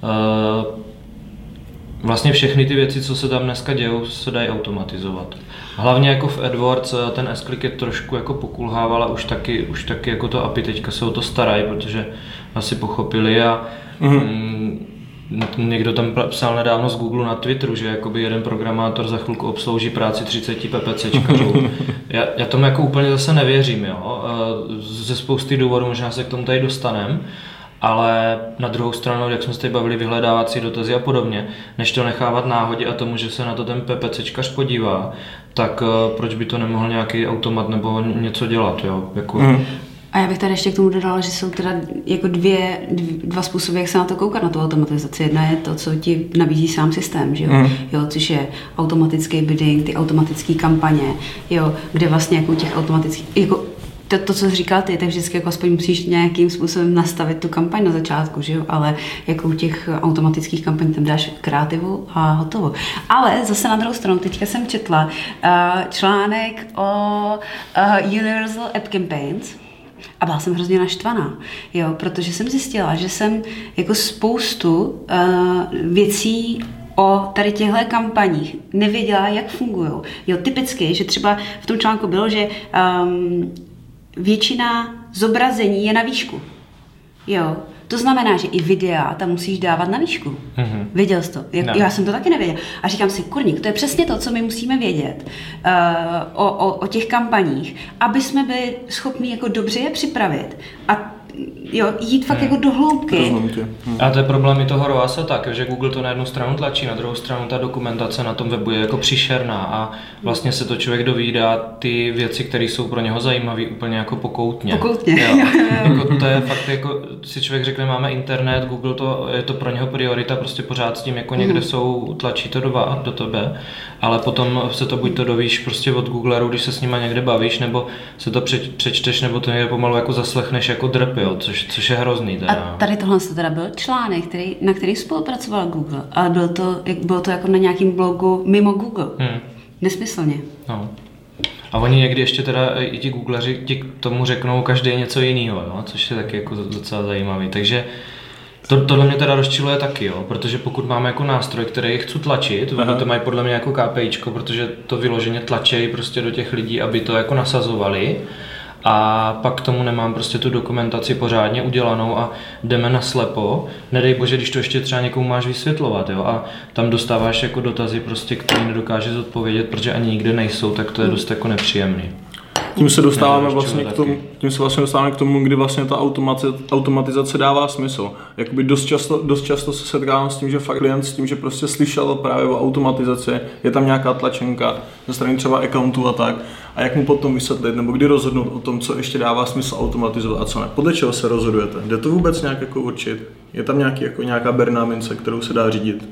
vlastně všechny ty věci, co se tam dneska dějou, se dají automatizovat. Hlavně jako v AdWords ten S-Click je trošku jako pokulhával a už taky jako to API teďka se o to starají, protože asi pochopili a někdo tam psal nedávno z Google na Twitteru, že jakoby jeden programátor za chvilku obslouží práci 30 PPCčkařů. Já tomu jako úplně zase nevěřím, jo. Ze spousty důvodů, možná se k tomu tady dostaneme, ale na druhou stranu, jak jsme se tady bavili, vyhledávací dotazy a podobně, než to nechávat náhodě a tomu, že se na to ten PPCčkař podívá, tak proč by to nemohl nějaký automat nebo něco dělat, jo? Jako... A já bych tady ještě k tomu dodala, že jsou teda jako dva způsoby, jak se na to koukat, na tu automatizaci. Jedna je to, co ti nabízí sám systém, že jo? Jo, což je automatický bidding, ty automatické kampaně, jo, kde vlastně jako těch automatických, jako to, co jsi říkal ty, tak vždycky jako aspoň musíš nějakým způsobem nastavit tu kampaň na začátku, že jo? Ale jako u těch automatických kampaní tam dáš kreativu a hotovo. Ale zase na druhou stranu, teďka jsem četla článek o Universal App Campaigns a byla jsem hrozně naštvaná, jo? Protože jsem zjistila, že jsem jako spoustu věcí o tady těchto kampaních nevěděla, jak fungují. Jo, typicky, že třeba v tom článku bylo, že většina zobrazení je na výšku. Jo. To znamená, že i videa tam musíš dávat na výšku. Věděl jsi to? Já jsem to taky nevěděla. A říkám si, kurník, to je přesně to, co my musíme vědět o těch kampaních, aby jsme byli schopni jako dobře je připravit a jo, jít fakt jako do hloubky. A to je problém i toho ROASa tak, že Google to na jednu stranu tlačí, na druhou stranu ta dokumentace na tom webu je jako příšerná a vlastně se to člověk dovídá ty věci, které jsou pro něho zajímavé úplně jako pokoutně. Jo. Jako to je fakt jako, si člověk řekne, máme internet, Google je to pro něho priorita, prostě pořád s tím jako někde jsou, tlačí to do tebe, ale potom se to buď to dovíš prostě od Googleru, když se s nima někde bavíš, nebo se to přečteš, nebo to někde pomalu jako zaslechneš jako drp, jo, což je hrozný. Teda. A tady tohle teda byl článek, na který spolupracoval Google, ale bylo to jako na nějakém blogu mimo Google. Nesmyslně. No. A oni někdy ještě teda i ti Googleři ti k tomu řeknou každý něco jiného, jo? Což je taky jako docela zajímavý. Takže tohle mě teda rozčiluje taky, jo? Protože pokud máme jako nástroj, který chci tlačit, oni to mají podle mě jako KPIčko, protože to vyloženě tlačí prostě do těch lidí, aby to jako nasazovali. A pak k tomu nemám prostě tu dokumentaci pořádně udělanou a jdeme na slepo. Nedej bože, když to ještě třeba někomu máš vysvětlovat, jo, a tam dostáváš jako dotazy prostě, které nedokážeš odpovědět, protože ani nikde nejsou, tak to je dost jako nepříjemný. Tím se dostáváme vlastně k tomu, kdy vlastně ta automatizace dává smysl. Jakoby dost často se setkávám s tím, že fakt klient s tím, že prostě slyšel právě o automatizaci, je tam nějaká tlačenka ze strany třeba accountu a tak, a jak mu potom vysvětlit, nebo kdy rozhodnout o tom, co ještě dává smysl automatizovat a co ne. Podle čeho se rozhodujete? Jde to vůbec nějak jako určit? Je tam nějaká berná mince, kterou se dá řídit?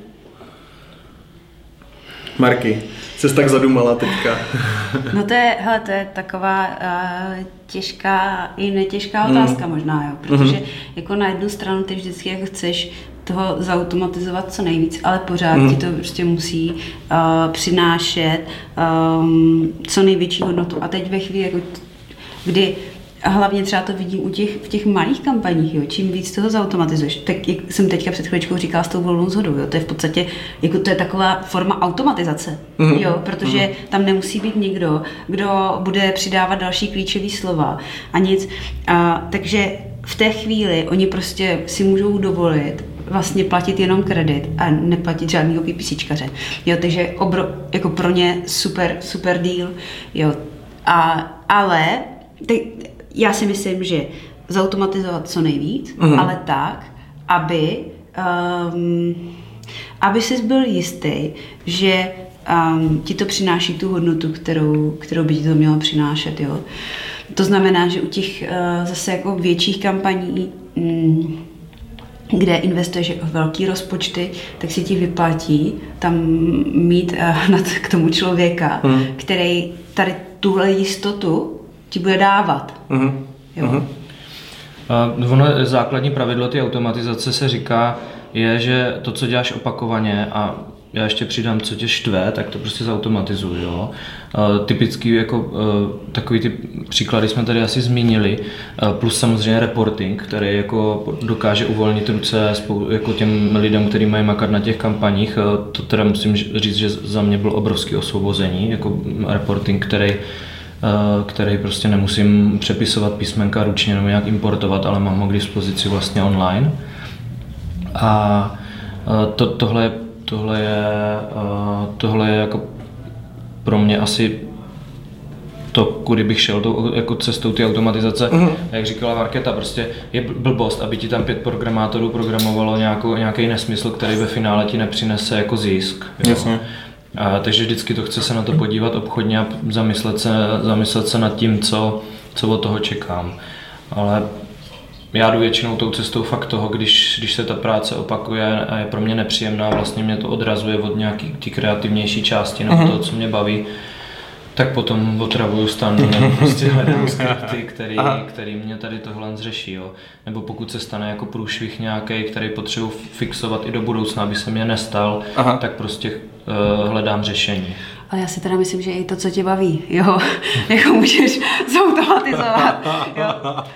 Marky, jsi tak zadumala teďka. No to je taková těžká i netěžká otázka možná, jo, protože jako na jednu stranu ty vždycky jako chceš toho zautomatizovat co nejvíc, ale pořád ti to prostě musí přinášet co největší hodnotu. A teď ve chvíli, jako, kdy a hlavně třeba to vidím v těch malých kampaních, jo, čím víc toho zautomatizuješ, tak jak jsem teďka před chvíličkou říkala s tou volnou shodou, jo, to je v podstatě, jako to je taková forma automatizace, jo, protože tam nemusí být někdo, kdo bude přidávat další klíčové slova a nic, takže v té chvíli oni prostě si můžou dovolit vlastně platit jenom kredit a neplatit žádnýho PPCčkaře, jo, takže jako pro ně super deal, jo, ale já si myslím, že zautomatizovat co nejvíc, ale tak, aby jsi byl jistý, že ti to přináší tu hodnotu, kterou by ti to mělo přinášet. Jo. To znamená, že u těch zase jako větších kampaní, kde investuješ velký rozpočty, tak si ti vyplatí tam mít k tomu člověka, který tady tuhle jistotu ti bude dávat. Jo. Ono základní pravidlo té automatizace se říká, je, že to, co děláš opakovaně a já ještě přidám, co tě štve, tak to prostě zautomatizuj, jo. Typický jako takový ty příklady jsme tady asi zmínili, plus samozřejmě reporting, který jako dokáže uvolnit ruce jako těm lidem, kteří mají makat na těch kampaních. To teda musím říct, že za mě bylo obrovské osvobození, jako reporting, který prostě nemusím přepisovat písmenka ručně nebo nějak importovat, ale mám ho k dispozici vlastně online. A tohle je jako pro mě asi to, kudy bych šel jako cestou té automatizace. Jak říkala Markéta, prostě je blbost, aby ti tam 5 programátorů programovalo nějaký nesmysl, který ve finále ti nepřinese jako zisk. Jasně. Takže vždycky to chce se na to podívat obchodně a zamyslet se nad tím, co od toho čekám. Ale já jdu většinou tou cestou fakt toho, když se ta práce opakuje a je pro mě nepříjemná, vlastně mě to odrazuje od nějaký ty kreativnější části nebo toho, co mě baví, tak potom otravuju stan nebo prostě hledám skripty, který mě tady tohle řeší. Jo. Nebo pokud se stane jako průšvih nějaký, který potřebuji fixovat i do budoucna, aby se mě nestal, tak prostě hledám řešení. Ale já si teda myslím, že i to, co tě baví, jo, jako můžeš zautomatizovat, jo.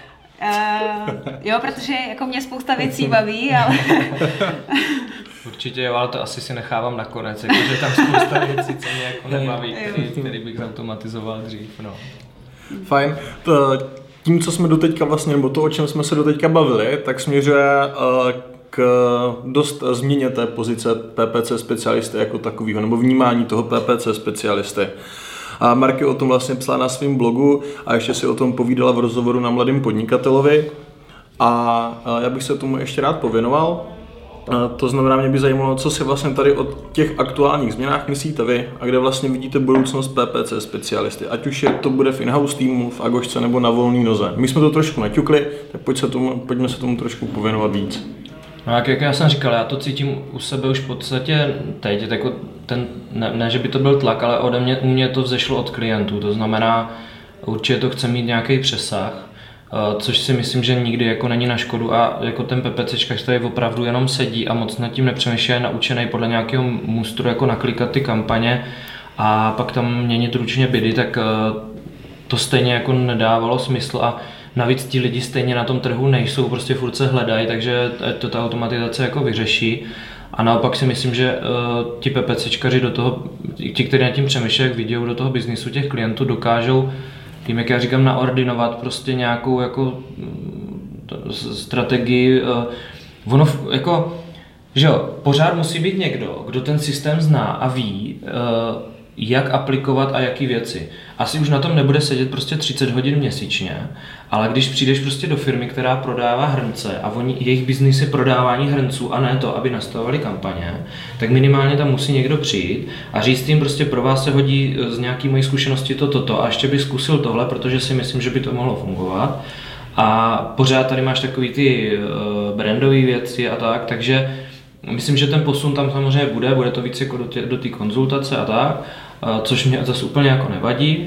Jo, protože jako mě spousta věcí baví, ale... Určitě jo, ale to asi si nechávám nakonec, jakože tam spousta věcí, co mě jako nebaví, který bych zautomatizoval dřív, no. Fajn. Tím, co jsme doteďka vlastně, nebo to, o čem jsme se doteďka bavili, tak směřuje k dost změně té pozice PPC specialisty jako takového, nebo vnímání toho PPC specialisty. A Marky o tom vlastně psala na svém blogu a ještě si o tom povídala v rozhovoru na Mladým podnikatelovi. A já bych se tomu ještě rád pověnoval. To znamená, mě by zajímalo, co si vlastně tady o těch aktuálních změnách myslíte vy a kde vlastně vidíte budoucnost PPC specialisty. Ať už to bude v in-house týmu, v Agošce nebo na volné noze. My jsme to trošku naťukli, tak pojďme se tomu trošku pověnovat víc. No, jak já jsem říkal, já to cítím u sebe už v podstatě teď, jako ne, že by to byl tlak, ale u mě to vzešlo od klientů, to znamená, určitě to chce mít nějaký přesah, což si myslím, že nikdy jako není na škodu a jako ten PPCčkař tady opravdu jenom sedí a moc nad tím nepřemýšlí, je naučený podle nějakého mustru jako naklikat ty kampaně a pak tam měnit ručně bidy, tak to stejně jako nedávalo smysl a navíc ti lidi stejně na tom trhu nejsou, prostě furt se hledají, takže to ta automatizace jako vyřeší. A naopak si myslím, že ti PPCčkaři do toho, ti, kteří nad tím přemýšlejí, jak vidí do toho biznisu těch klientů, dokážou tím, jak já říkám, naordinovat prostě nějakou jako strategii. Ono jako, že jo, pořád musí být někdo, kdo ten systém zná a ví, jak aplikovat a jaký věci. Asi už na tom nebude sedět prostě 30 hodin měsíčně, ale když přijdeš prostě do firmy, která prodává hrnce a jejich biznis je prodávání hrnců a ne to, aby nastavovali kampaně, tak minimálně tam musí někdo přijít a říct jim prostě pro vás se hodí z nějaký mojí zkušenosti toto a ještě bych zkusil tohle, protože si myslím, že by to mohlo fungovat. A pořád tady máš takový ty brandové věci a tak, takže myslím, že ten posun tam samozřejmě bude to víc jako do té konzultace a tak, což mě zase úplně jako nevadí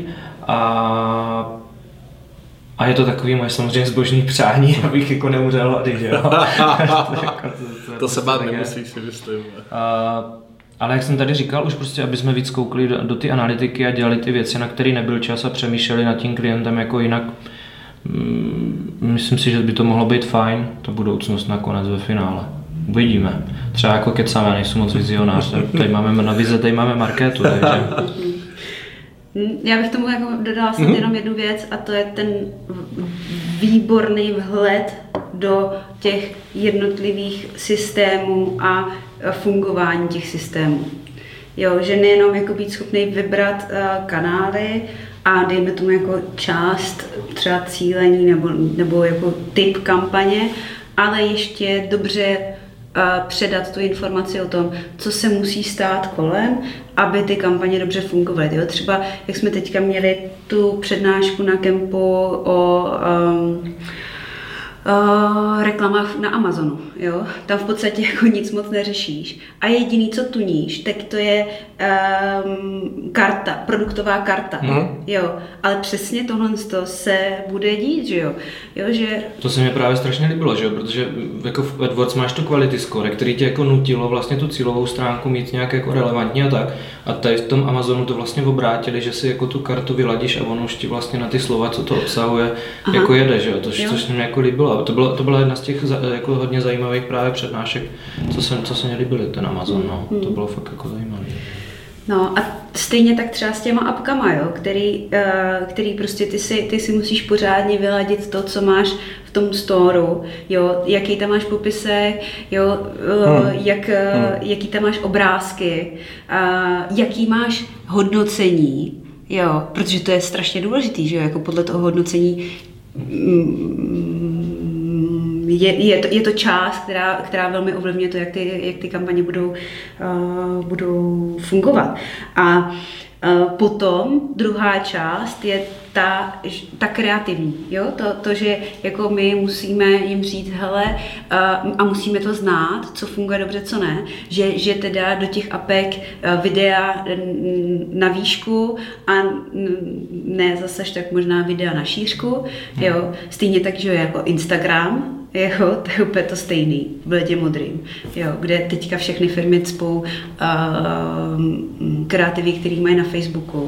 a je to takový moje samozřejmě zbožný přání, abych jako neumřel hlady, že jo. To se bát nemusíš, si myslím. Ale jak jsem tady říkal, už prostě, aby jsme víc koukli do ty analytiky a dělali ty věci, na které nebyl čas a přemýšleli nad tím klientem jako jinak. Myslím si, že by to mohlo být fajn, ta budoucnost nakonec ve finále. Uvidíme. Třeba jako kecáme, nejsou moc vizionář, tady máme na vize, tady máme Markétu, takže... Já bych tomu jako dodala snad jenom jednu věc a to je ten výborný vhled do těch jednotlivých systémů a fungování těch systémů. Jo, že nejenom jako být schopný vybrat kanály a dejme tomu jako část třeba cílení nebo jako typ kampaně, ale ještě dobře předat tu informaci o tom, co se musí stát kolem, aby ty kampaně dobře fungovaly. Jo? Třeba, jak jsme teďka měli tu přednášku na kempu o reklamách na Amazonu, jo? Tam v podstatě jako nic moc neřešíš. A jediný, co tuníš, tak to je karta, produktová karta, jo? Ale přesně tohle se bude dít, že jo? Že... To se mi právě strašně líbilo, že jo? Protože jako v AdWords máš to quality score, který tě jako nutilo vlastně tu cílovou stránku mít nějak jako relevantní a tak. A tady v tom Amazonu to vlastně obrátili, že si jako tu kartu vyladíš a ono už ti vlastně na ty slova, co to obsahuje, jako jede, že jo? Což se mi jako líbilo. To byla jedna z těch jako hodně zajímavých právě přednášek, co se mi líbily, ten Amazon, no. To bylo fakt jako zajímavé. No a stejně tak třeba s těma apkama, jo, který prostě ty si musíš pořádně vyladit to, co máš v tom storu, jo, jaký tam máš popisek, jo, jaký tam máš obrázky, jaký máš hodnocení, jo, protože to je strašně důležitý, že jo, jako podle toho hodnocení je to část, která velmi ovlivňuje to, jak ty kampaně budou fungovat. A potom druhá část je ta kreativní, jo? To, že jako my musíme jim říct, hele, a musíme to znát, co funguje dobře, co ne, že teda do těch apek videa na výšku a ne zase tak možná videa na šířku, jo? Stejně tak, že jako Instagram, jo, to je úplně to stejný, bledě modrým, jo, kde teďka všechny firmy cpou kreativy, který mají na Facebooku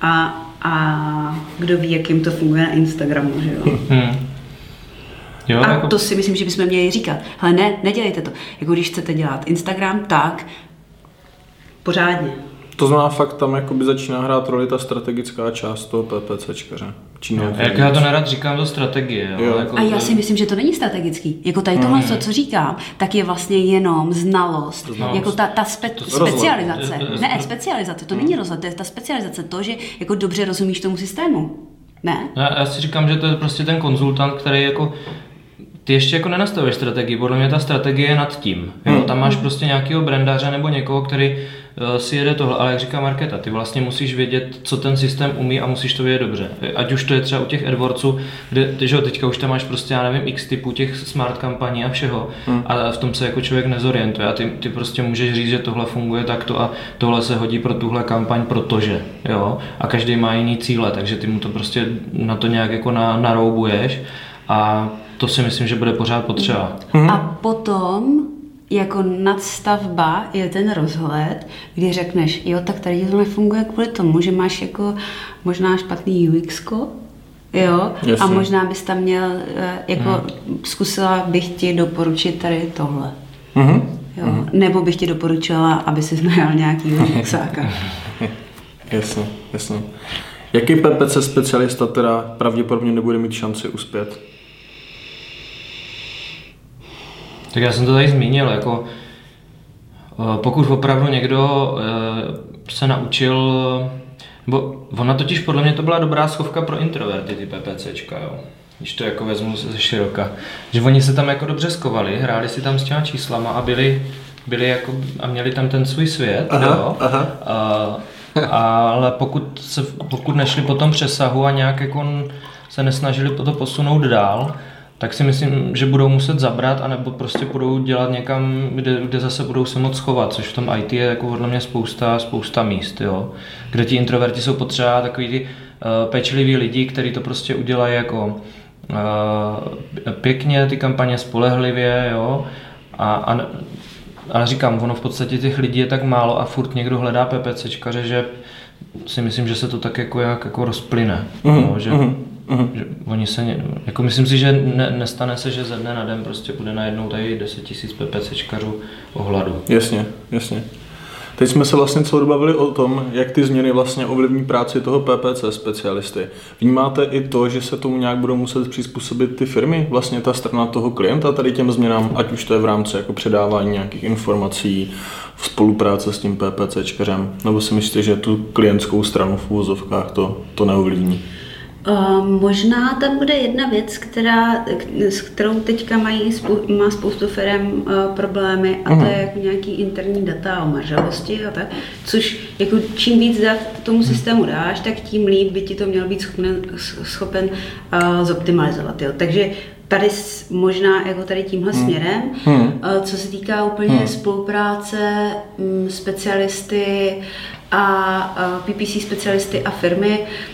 a kdo ví, jak jim to funguje na Instagramu, že jo. Jo, a jako... to si myslím, že bychom měli říkat. Hele, ne, nedělejte to. Jako když chcete dělat Instagram, tak pořádně. To znamená fakt tam jakoby začíná hrát roli ta strategická část toho PPCčkaře. Jak já to nerad říkám, to strategie. Jo. Jako a já si myslím, že to není strategický. Jako tady tohle, co říkám, tak je vlastně jenom znalost. Jako ta specializace. Ne, specializace, to není rozhled, to je ta specializace, to, že jako dobře rozumíš tomu systému. Ne? Já si říkám, že to je prostě ten konzultant, který jako ty ještě jako nenastavuješ strategii, podle mě ta strategie je nad tím. Jo? Tam máš prostě nějakého brandaře nebo někoho, který si jede tohle, ale jak říká Markéta, ty vlastně musíš vědět, co ten systém umí a musíš to vědět dobře. Ať už to je třeba u těch AdWordsů, kde že teďka už tam máš prostě, já nevím, x typů těch smart kampaní a všeho a v tom se jako člověk nezorientuje a ty prostě můžeš říct, že tohle funguje takto a tohle se hodí pro tuhle kampaň, protože, jo, a každý má jiný cíle, takže ty mu to prostě na to nějak jako naroubuješ a to si myslím, že bude pořád potřeba. A potom jako nadstavba je ten rozhled, kdy řekneš, jo, tak tady to nefunguje kvůli tomu, že máš jako možná špatný UX-ko, jo, jasně. A možná bys tam měl, jako zkusila bych ti doporučit tady tohle. Jo, nebo bych ti doporučila, aby si najal nějaký UXáka. Jasně. Jaký PPC specialista teda pravděpodobně nebude mít šanci uspět? Tak já jsem to tady zmínil, jako pokud opravdu někdo se naučil, nebo ona totiž podle mě to byla dobrá schovka pro introverty, ty PPCčka, jo. Když to jako vezmu ze široka, že oni se tam jako dobře skovali, hráli si tam s těma číslama a byli jako, a měli tam ten svůj svět, jo. Ale pokud nešli po tom přesahu a nějak jako se nesnažili to posunout dál, tak si myslím, že budou muset zabrat, anebo prostě budou dělat někam, kde zase budou se moc schovat, což v tom IT je jako podle mě spousta míst, jo. Kde ti introverti jsou potřeba takový ty pečliví lidi, kteří to prostě udělají jako pěkně, ty kampaně spolehlivě, jo. Ale říkám, ono v podstatě těch lidí je tak málo a furt někdo hledá PPCčkaře, že si myslím, že se to tak jako rozplyne, jo, že oni se, jako myslím si, že nestane se, že ze dne na den prostě bude najednou tady 10 000 PPCčkařů ohladu. Jasně. Teď jsme se vlastně celou dobu bavili o tom, jak ty změny vlastně ovlivní práci toho PPC specialisty. Vnímáte i to, že se tomu nějak budou muset přizpůsobit ty firmy, vlastně ta strana toho klienta tady těm změnám, ať už to je v rámci jako předávání nějakých informací, v spolupráce s tím PPCčkařem, nebo si myslíte, že tu klientskou stranu v uvozovkách to neovlivní? Možná tam bude jedna věc, s kterou teďka má spoustu firem problémy, a to je jako nějaký interní data o maržovosti a tak, což jako čím víc dat tomu systému dáš, tak tím líp by ti to měl být schopen zoptimalizovat. Jo. Takže tady možná jako tady tímhle směrem, co se týká úplně spolupráce specialisty a PPC specialisty a firmy,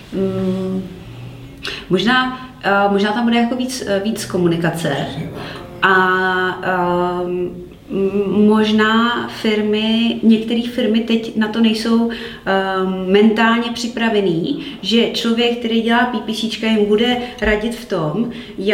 možná tam bude jako víc komunikace a možná některé firmy teď na to nejsou mentálně připravený, že člověk, který dělá PPCčka, jim bude radit v tom,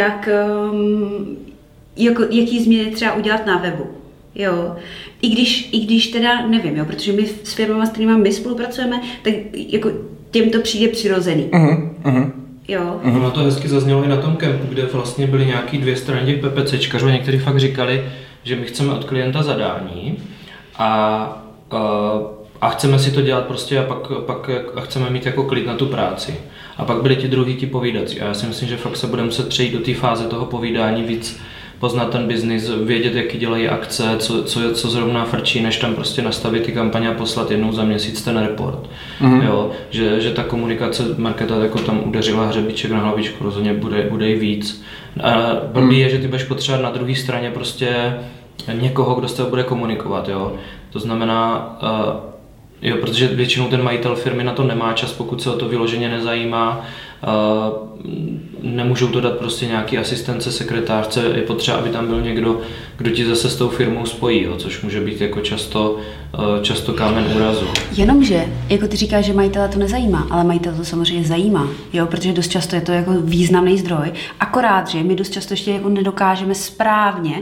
jaký změny třeba udělat na webu. Jo. I když teda nevím, jo, protože my s firmama, s kterými my spolupracujeme, tak jako těm to přijde přirozený. Jo. No to hezky zaznělo i na tom kempu, kde vlastně byly nějaký 2 strany těch PPCčkařů a někteří fakt říkali, že my chceme od klienta zadání a chceme si to dělat prostě a pak chceme mít jako klid na tu práci. A pak byli ti druhý ti povídací a já si myslím, že fakt se budeme muset přejít do té fáze toho povídání, víc poznat ten biznis, vědět, jaký dělají akce, co zrovna frčí, než tam prostě nastavit ty kampaně a poslat jednou za měsíc ten report. Jo, že ta komunikace marketa jako tam udeřila hřebíček na hlavičku, rozhodně bude i víc. A blbý je, že ty budeš potřebovat na druhé straně prostě někoho, kdo s tebou bude komunikovat, jo. To znamená, jo, protože většinou ten majitel firmy na to nemá čas, pokud se o to vyloženě nezajímá. Nemůžou to dát prostě nějaký asistence, sekretářce, je potřeba, aby tam byl někdo, kdo ti zase s tou firmou spojí, jo, což může být jako často kámen úrazu. Jenomže, jako ty říkáš, že majitele to nezajímá, ale majitel to samozřejmě zajímá, jo, protože dost často je to jako významný zdroj, akorát, že my dost často ještě jako nedokážeme správně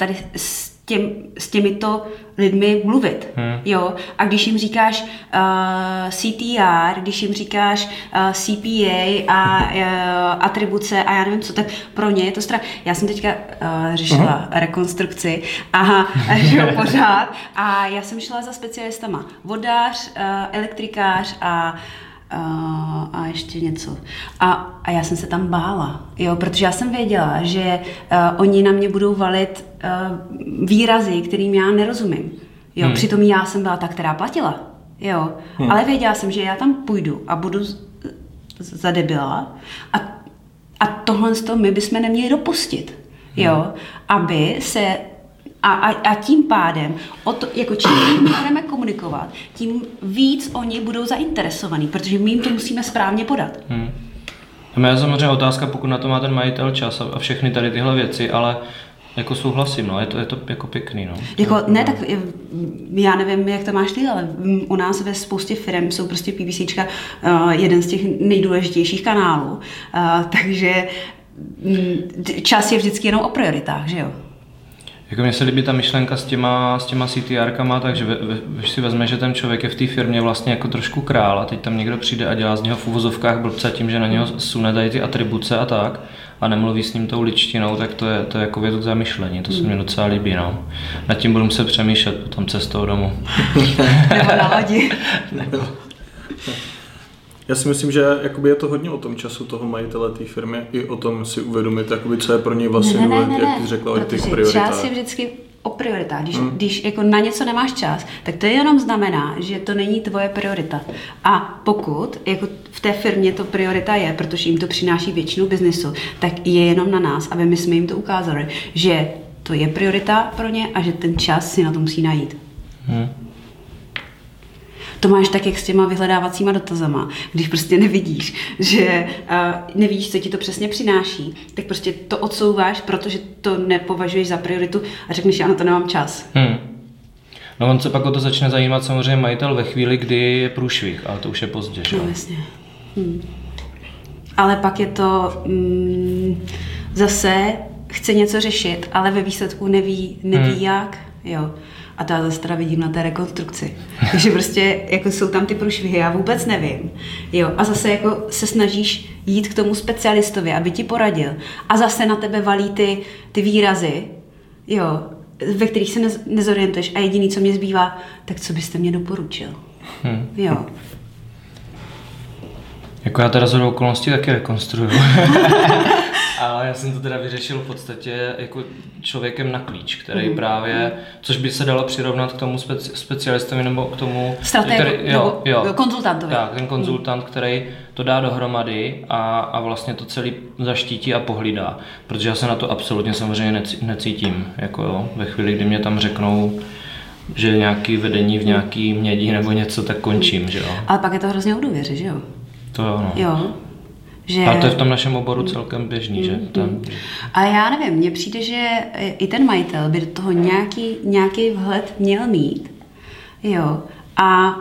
s těmito lidmi mluvit, jo, a když jim říkáš CTR, když jim říkáš CPA a atribuce a já nevím co, tak pro ně je to strach. Já jsem teďka řešila rekonstrukci a pořád a já jsem šla za specialistama, vodář, elektrikář a ještě něco. A já jsem se tam bála, jo, protože já jsem věděla, že oni na mě budou valit výrazy, kterým já nerozumím. Jo, přitom já jsem byla ta, která platila. Jo, ale věděla jsem, že já tam půjdu a budu za debila a tohle z toho my bychom neměli dopustit. Jo, aby se a tím pádem, jako čím budeme komunikovat, tím víc oni budou zainteresovaní, protože my jim to musíme správně podat. A je samozřejmě otázka, pokud na to má ten majitel čas a všechny tady tyhle věci, ale jako souhlasím, no, je to jako pěkný, no. Jako, ne, tak já nevím, jak to máš ty, ale u nás ve spoustě firm jsou prostě PPCčka jeden z těch nejdůležitějších kanálů, takže čas je vždycky jenom o prioritách, že jo? Jako mně se líbí ta myšlenka s těma CTR-kama, takže když si vezme, že ten člověk je v té firmě vlastně jako trošku král a teď tam někdo přijde a dělá z něho v uvozovkách blbce tím, že na něho sune dají ty atribuce a tak a nemluví s ním tou ličtinou, tak to je jako věc k zamyšlení, to se mi docela líbí, no. Nad tím budu muset přemýšlet potom cestou domů. Nebo na lodi. Já si myslím, že jakoby je to hodně o tom času toho majitele té firmy i o tom si uvědomit, jakoby, co je pro něj vlastně důležité, jak ty řekla, o těch prioritách. Čas je vždycky o prioritách. Když jako na něco nemáš čas, tak to jenom znamená, že to není tvoje priorita. A pokud jako v té firmě to priorita je, protože jim to přináší většinu biznesu, tak je jenom na nás, aby my jsme jim to ukázali, že to je priorita pro ně a že ten čas si na to musí najít. To máš tak, jak s těma vyhledávacíma dotazama, když prostě nevidíš, že nevíš, co ti to přesně přináší, tak prostě to odsouváš, protože to nepovažuješ za prioritu a řekneš, já na to nemám čas. No on se pak o to začne zajímat samozřejmě majitel ve chvíli, kdy je průšvih, ale to už je pozdě. No jasně. Ale pak je to zase chce něco řešit, ale ve výsledku neví jak, jo. A to já zase teda vidím na té rekonstrukci. Takže prostě jako jsou tam ty průšvihy, já vůbec nevím. Jo, a zase jako se snažíš jít k tomu specialistovi, aby ti poradil. A zase na tebe valí ty výrazy, jo, ve kterých se nezorientuješ. A jediný, co mě zbývá, tak co byste mě doporučil. Jo. Jako já teda shodou okolností taky rekonstruju. Ale já jsem to teda vyřešil v podstatě jako člověkem na klíč, který právě, což by se dalo přirovnat k tomu specialistovi nebo k tomu konzultantovi. Tak, ten konzultant, který to dá dohromady a vlastně to celý zaštítí a pohlídá. Protože já se na to absolutně samozřejmě necítím. Jako jo, ve chvíli, kdy mě tam řeknou, že nějaký vedení v nějaký mědi nebo něco, tak končím, že jo. Ale pak je to hrozně o důvěře, že jo? To jo, no. Jo. Že... Ale to je v tom našem oboru celkem běžný, že? A já nevím, mně přijde, že i ten majitel by do toho nějaký vhled měl mít, jo, a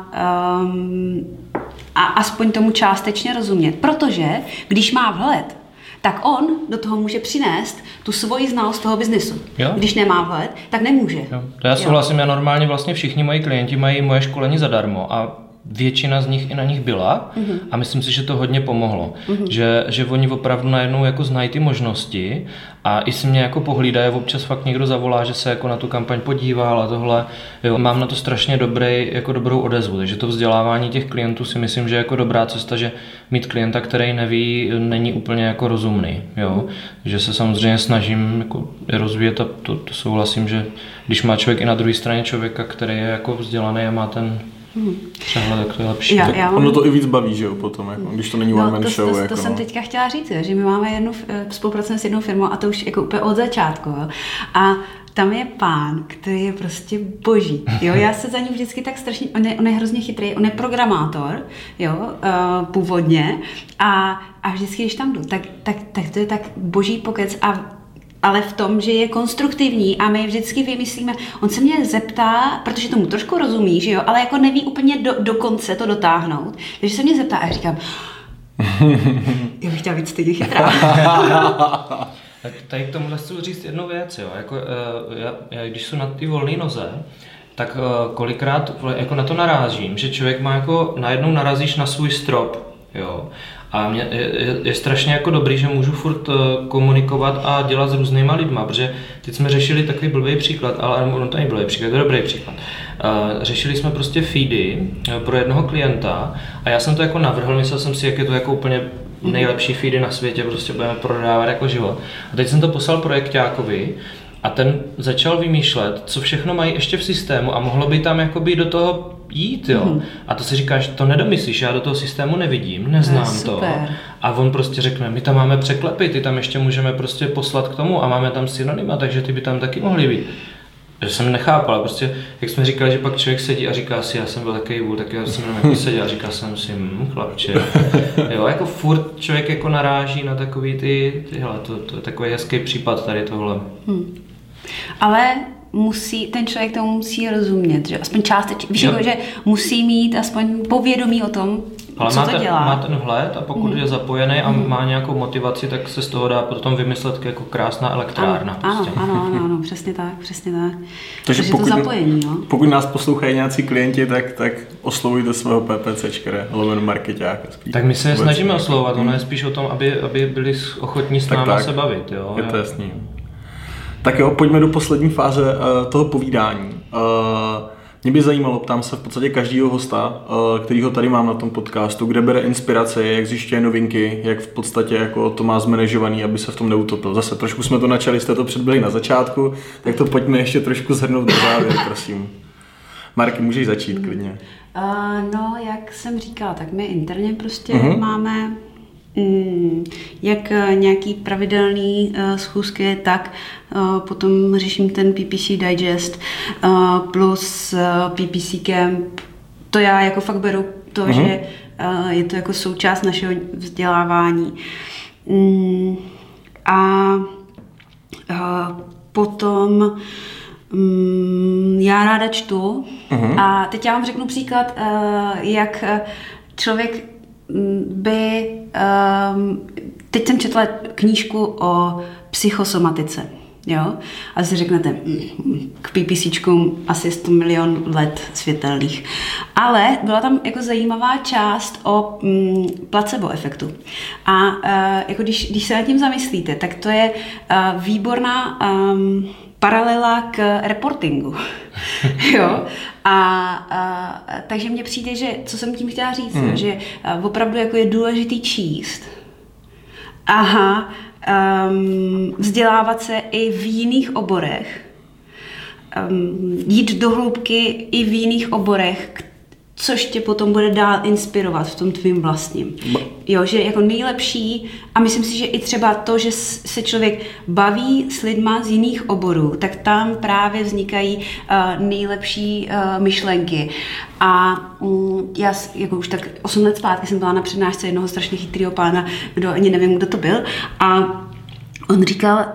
aspoň tomu částečně rozumět, protože když má vhled, tak on do toho může přinést tu svoji znalost toho biznesu. Jo? Když nemá vhled, tak nemůže. Jo. To já souhlasím, já normálně vlastně všichni moji klienti mají moje školení zadarmo a většina z nich i na nich byla a myslím si, že to hodně pomohlo. Že oni opravdu najednou jako znají ty možnosti a i si mě jako pohlídají, občas fakt někdo zavolá, že se jako na tu kampaň podíval a tohle. Jo, mám na to strašně dobrou odezvu, takže to vzdělávání těch klientů si myslím, že je jako dobrá cesta, že mít klienta, který neví, není úplně jako rozumný. Jo? Že se samozřejmě snažím jako rozvíjet a to souhlasím, že když má člověk i na druhé straně člověka, který je jako vzdělaný a má ten přehled, tak to je lepší. Ono to i víc baví, že jo, potom, jako, když to není one man show. To jsem teďka chtěla říct, že my máme spolupracujeme s jednou firmou a to už jako úplně od začátku. Jo. A tam je pán, který je prostě boží. Jo, já se za ním vždycky tak strašně, on je hrozně chytrý, on je programátor, jo, původně a vždycky, když tam jdu, tak to je tak boží pokec ale v tom, že je konstruktivní a my vždycky vymyslíme, on se mě zeptá, protože tomu trošku rozumí, že jo, ale jako neví úplně do konce to dotáhnout, takže se mě zeptá a já říkám, já bych chtěla být stejně chytrá. Tak tady k tomu chci říct jednu věc, jo, jako já když jsem na té volné noze, tak kolikrát jako na to narážím, že člověk má jako najednou narazíš na svůj strop, jo. A mě je strašně jako dobrý, že můžu furt komunikovat a dělat s různýma lidma, protože teď jsme řešili takový blbý příklad, ale ono to není blbý příklad, to je dobrý příklad. Řešili jsme prostě feedy pro jednoho klienta a já jsem to jako navrhl, myslel jsem si, jak je to jako úplně nejlepší feedy na světě, prostě budeme prodávat jako život. A teď jsem to poslal projekťákovi a ten začal vymýšlet, co všechno mají ještě v systému a mohlo by tam jakoby do toho jít, jo. A to si říkáš, to nedomyslíš, já do toho systému nevidím, neznám to. A on prostě řekne, my tam máme překlepy, ty tam ještě můžeme prostě poslat k tomu a máme tam synonyma, takže ty by tam taky mohly být. Že jsem nechápal, prostě, jak jsme říkali, že pak člověk sedí a říká si, já jsem byl takový vůl, tak já jsem jako seděl a říkal jsem si, chlapče. Jo, jako furt člověk jako naráží na takový tyhle, to je takový hezký případ tady tohle. Ale ten člověk tomu musí rozumět, že aspoň částečně, víš, jako, že musí mít aspoň povědomí o tom, ale co to dělá. Má ten vhled a pokud je zapojený a má nějakou motivaci, tak se z toho dá potom vymyslet jako krásná elektrárna. Ano, přesně tak. Takže pokud, to zapojení, no. Pokud nás poslouchají nějací klienti, tak oslovujte svého PPCčkara, lomeno markeťáka. Tak my se snažíme oslovovat, ono je spíš o tom, aby byli ochotní s náma se bavit. Jo? Je to jasný. Tak jo, pojďme do poslední fáze toho povídání. Mě by zajímalo, ptám se v podstatě každého hosta, kterýho tady mám na tom podcastu, kde bere inspiraci, jak zjišťuje novinky, jak v podstatě jako to má zmanéžovaný, aby se v tom neutopil. Zase trošku jsme to načali, jste to předbyli na začátku, tak to pojďme ještě trošku shrnout do závěru, prosím. Marky, můžeš začít klidně. No, jak jsem říkala, tak my interně prostě máme jak nějaký pravidelný schůzky, tak potom řeším ten PPC Digest plus PPC Camp. To já jako fakt beru to, že je to jako součást našeho vzdělávání. A potom já ráda čtu a teď já vám řeknu příklad, jak člověk by... teď jsem četla knížku o psychosomatice, jo? A si řeknete, k PPCčkům asi 100 milion let světelných. Ale byla tam jako zajímavá část o placebo efektu. A jako když se nad tím zamyslíte, tak to je výborná paralela k reportingu. Jo? Takže mně přijde, že, co jsem tím chtěla říct, že opravdu jako je důležitý číst. Vzdělávat se i v jiných oborech. Jít do hloubky i v jiných oborech, což tě potom bude dál inspirovat v tom tvým vlastním. Jo, že jako nejlepší, a myslím si, že i třeba to, že se člověk baví s lidma z jiných oborů, tak tam právě vznikají nejlepší myšlenky. A já jako už tak 8 let zpátky jsem byla na přednášce jednoho strašně chytrýho pána, kdo ani nevím, kdo to byl, a on říkal,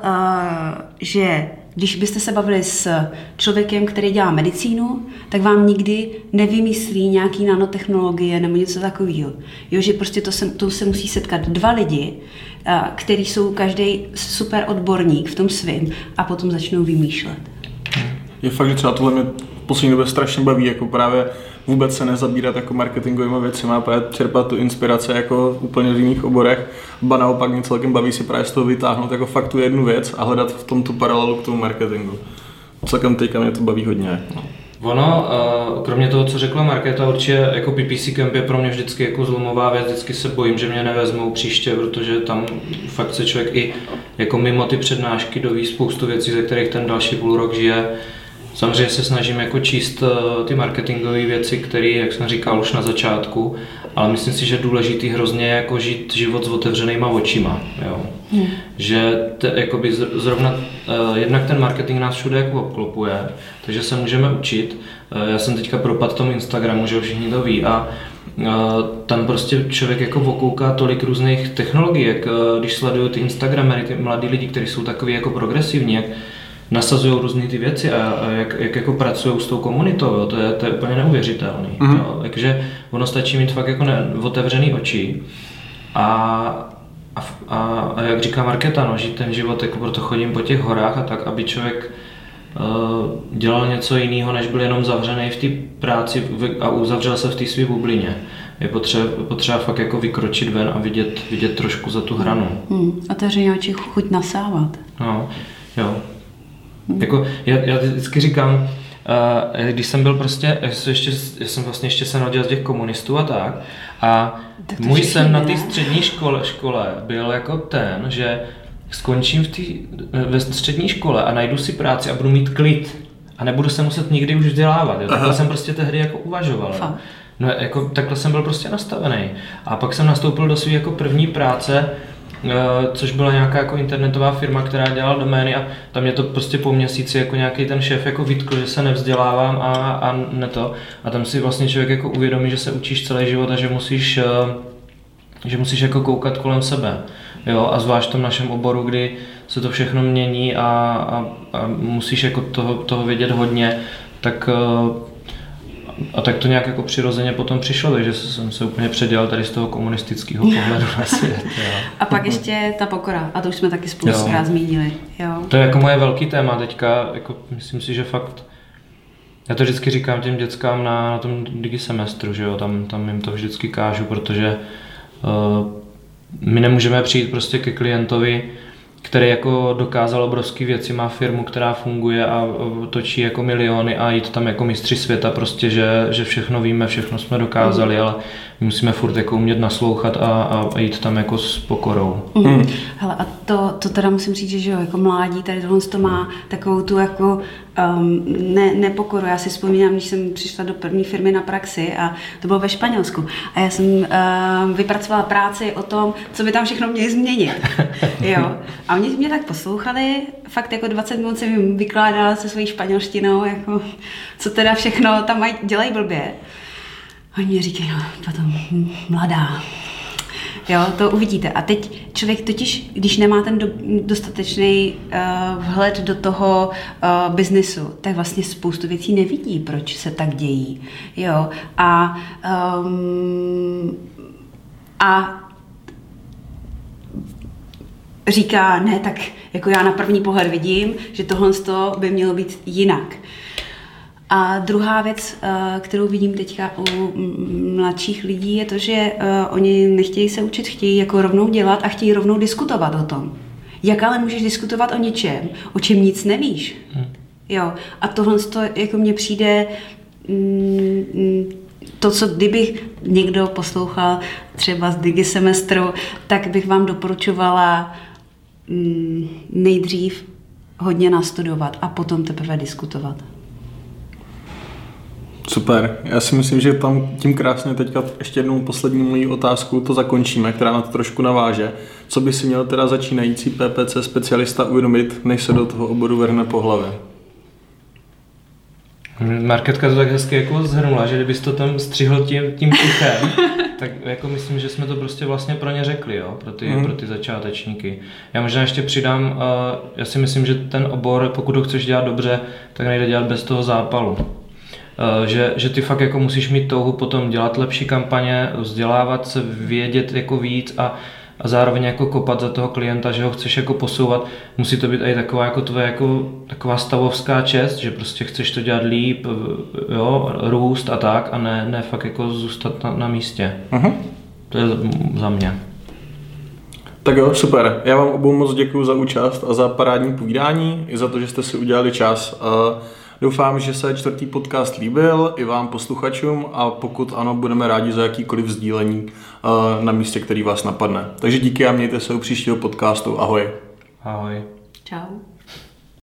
že když byste se bavili s člověkem, který dělá medicínu, tak vám nikdy nevymyslí nějaký nanotechnologie nebo něco takového. Jo, že prostě to se musí setkat 2 lidi, kteří jsou každý super odborník v tom svým a potom začnou vymýšlet. Je fakt, že třeba tohle mě v poslední době strašně baví, jako právě vůbec se nezabírat jako marketingovými věcmi a právě čerpat tu inspiraci jako úplně v jiných oborech, ba naopak mě celkem baví si právě z toho vytáhnout jako fakt tu jednu věc a hledat v tom tu paralelu k tomu marketingu. Celkem teďka mě to baví hodně. No. Ono, kromě toho, co řekla Markéta, určitě jako PPC Camp je pro mě vždycky jako zlomová věc, vždycky se bojím, že mě nevezmou příště, protože tam fakt se člověk i jako mimo ty přednášky doví spoustu věcí, ze kterých ten další půl rok žije. Samozřejmě se snažím jako číst ty marketingové věci, které, jak jsem říkal už na začátku, ale myslím si, že je důležitý hrozně jako žít život s otevřenýma očima. Jo. Že jakoby zrovna jednak ten marketing nás všude jako obklopuje, takže se můžeme učit. Já jsem teďka propadl tomu Instagramu, že všichni to ví, a tam prostě člověk jako okouká tolik různých technologií, jak když sleduju ty Instagramery, ty mladí lidi, kteří jsou takový jako progresivní, jak nasazují různé ty věci a jak jako pracují s tou komunitou, jo, to je úplně neuvěřitelný. Jo. Takže ono stačí mít fakt jako otevřený oči a jak říká Markéta, no, žít ten život, jako proto chodím po těch horách a tak, aby člověk dělal něco jiného, než byl jenom zavřený v té práci a uzavřel se v té své bublině. Je potřeba fakt jako vykročit ven a vidět trošku za tu hranu. Otevřený oči, chuť nasávat. No, jo. Jako, já vždycky říkám, když jsem byl prostě, já jsem vlastně ještě se narodil z těch komunistů a tak, a můj sen na té střední škole byl jako ten, že skončím ve střední škole a najdu si práci a budu mít klid a nebudu se muset nikdy už vzdělávat. Jo. Takhle jsem prostě tehdy jako uvažoval. No, jako, takhle jsem byl prostě nastavený. A pak jsem nastoupil do své jako první práce, což byla nějaká jako internetová firma, která dělala domény, a tam mě to prostě po měsíci jako nějaký ten šéf jako vytkl, že se nevzdělávám a ne to. A tam si vlastně člověk jako uvědomí, že se učíš celý život a že musíš jako koukat kolem sebe. Jo, a zvlášť v tom našem oboru, kdy se to všechno mění a musíš jako toho vědět hodně, tak to nějak jako přirozeně potom přišlo, takže jsem se úplně předělal tady z toho komunistického pohledu na svět. Jo. A pak ještě ta pokora, a to už jsme taky spoustukrát zmínili. Jo. To je jako moje velký téma teďka, jako myslím si, že fakt, já to vždycky říkám těm dětskám na tom digisemestru, že jo, tam jim to vždycky kážu, protože my nemůžeme přijít prostě ke klientovi, který jako dokázal obrovský věci, má firmu, která funguje a točí jako miliony, a jít tam jako mistři světa prostě, že všechno víme, všechno jsme dokázali, ale my musíme furt jako umět naslouchat a jít tam jako s pokorou. Hele, a to teda musím říct, že jo, jako mládí tady tohle to má takovou tu jako nepokoru. Já si vzpomínám, když jsem přišla do první firmy na praxi, a to bylo ve Španělsku, a já jsem vypracovala práci o tom, co by tam všechno měli změnit. Jo. A oni mě tak poslouchali, fakt jako 20 minut jsem jim vykládala se svojí španělštinou, jako co teda všechno tam dělají blbě. A oni mě říkají, no potom mladá. Jo, to uvidíte. A teď člověk totiž, když nemá ten dostatečný vhled do toho biznesu, tak vlastně spoustu věcí nevidí, proč se tak dějí. Jo, a říká, ne, tak jako já na první pohled vidím, že tohle by mělo být jinak. A druhá věc, kterou vidím teďka u mladších lidí, je to, že oni nechtějí se učit, chtějí jako rovnou dělat a chtějí rovnou diskutovat o tom. Jak ale můžeš diskutovat o něčem, o čem nic nevíš? Jo, a tohle jako mně přijde to, co kdybych někdo poslouchal třeba z Digisemestru, tak bych vám doporučovala nejdřív hodně nastudovat a potom teprve diskutovat. Super. Já si myslím, že tam tím krásně teďka ještě jednou poslední mojí otázku to zakončíme, která na to trošku naváže. Co by si měl teda začínající PPC specialista uvědomit, než se do toho oboru vrhne po hlavě? Marketka to tak hezky jako zhrnula, že kdybys to tam střihl tím tichem, tak jako myslím, že jsme to prostě vlastně pro ně řekli, jo? Pro ty začátečníky. Já možná ještě přidám, já si myslím, že ten obor, pokud ho chceš dělat dobře, tak nejde dělat bez toho zápalu. Že ty fakt jako musíš mít touhu potom dělat lepší kampaně, vzdělávat se, vědět jako víc a zároveň jako kopat za toho klienta, že ho chceš jako posouvat. Musí to být i taková jako tvoje jako taková stavovská čest, že prostě chceš to dělat líp, jo, růst a tak a ne fakt jako zůstat na místě. To je za mě. Tak jo, super. Já vám obou moc děkuju za účast a za parádní povídání i za to, že jste si udělali čas. Doufám, že se 4. podcast líbil i vám posluchačům a pokud ano, budeme rádi za jakýkoliv sdílení na místě, který vás napadne. Takže díky a mějte se u příštího podcastu. Ahoj. Ahoj. Čau.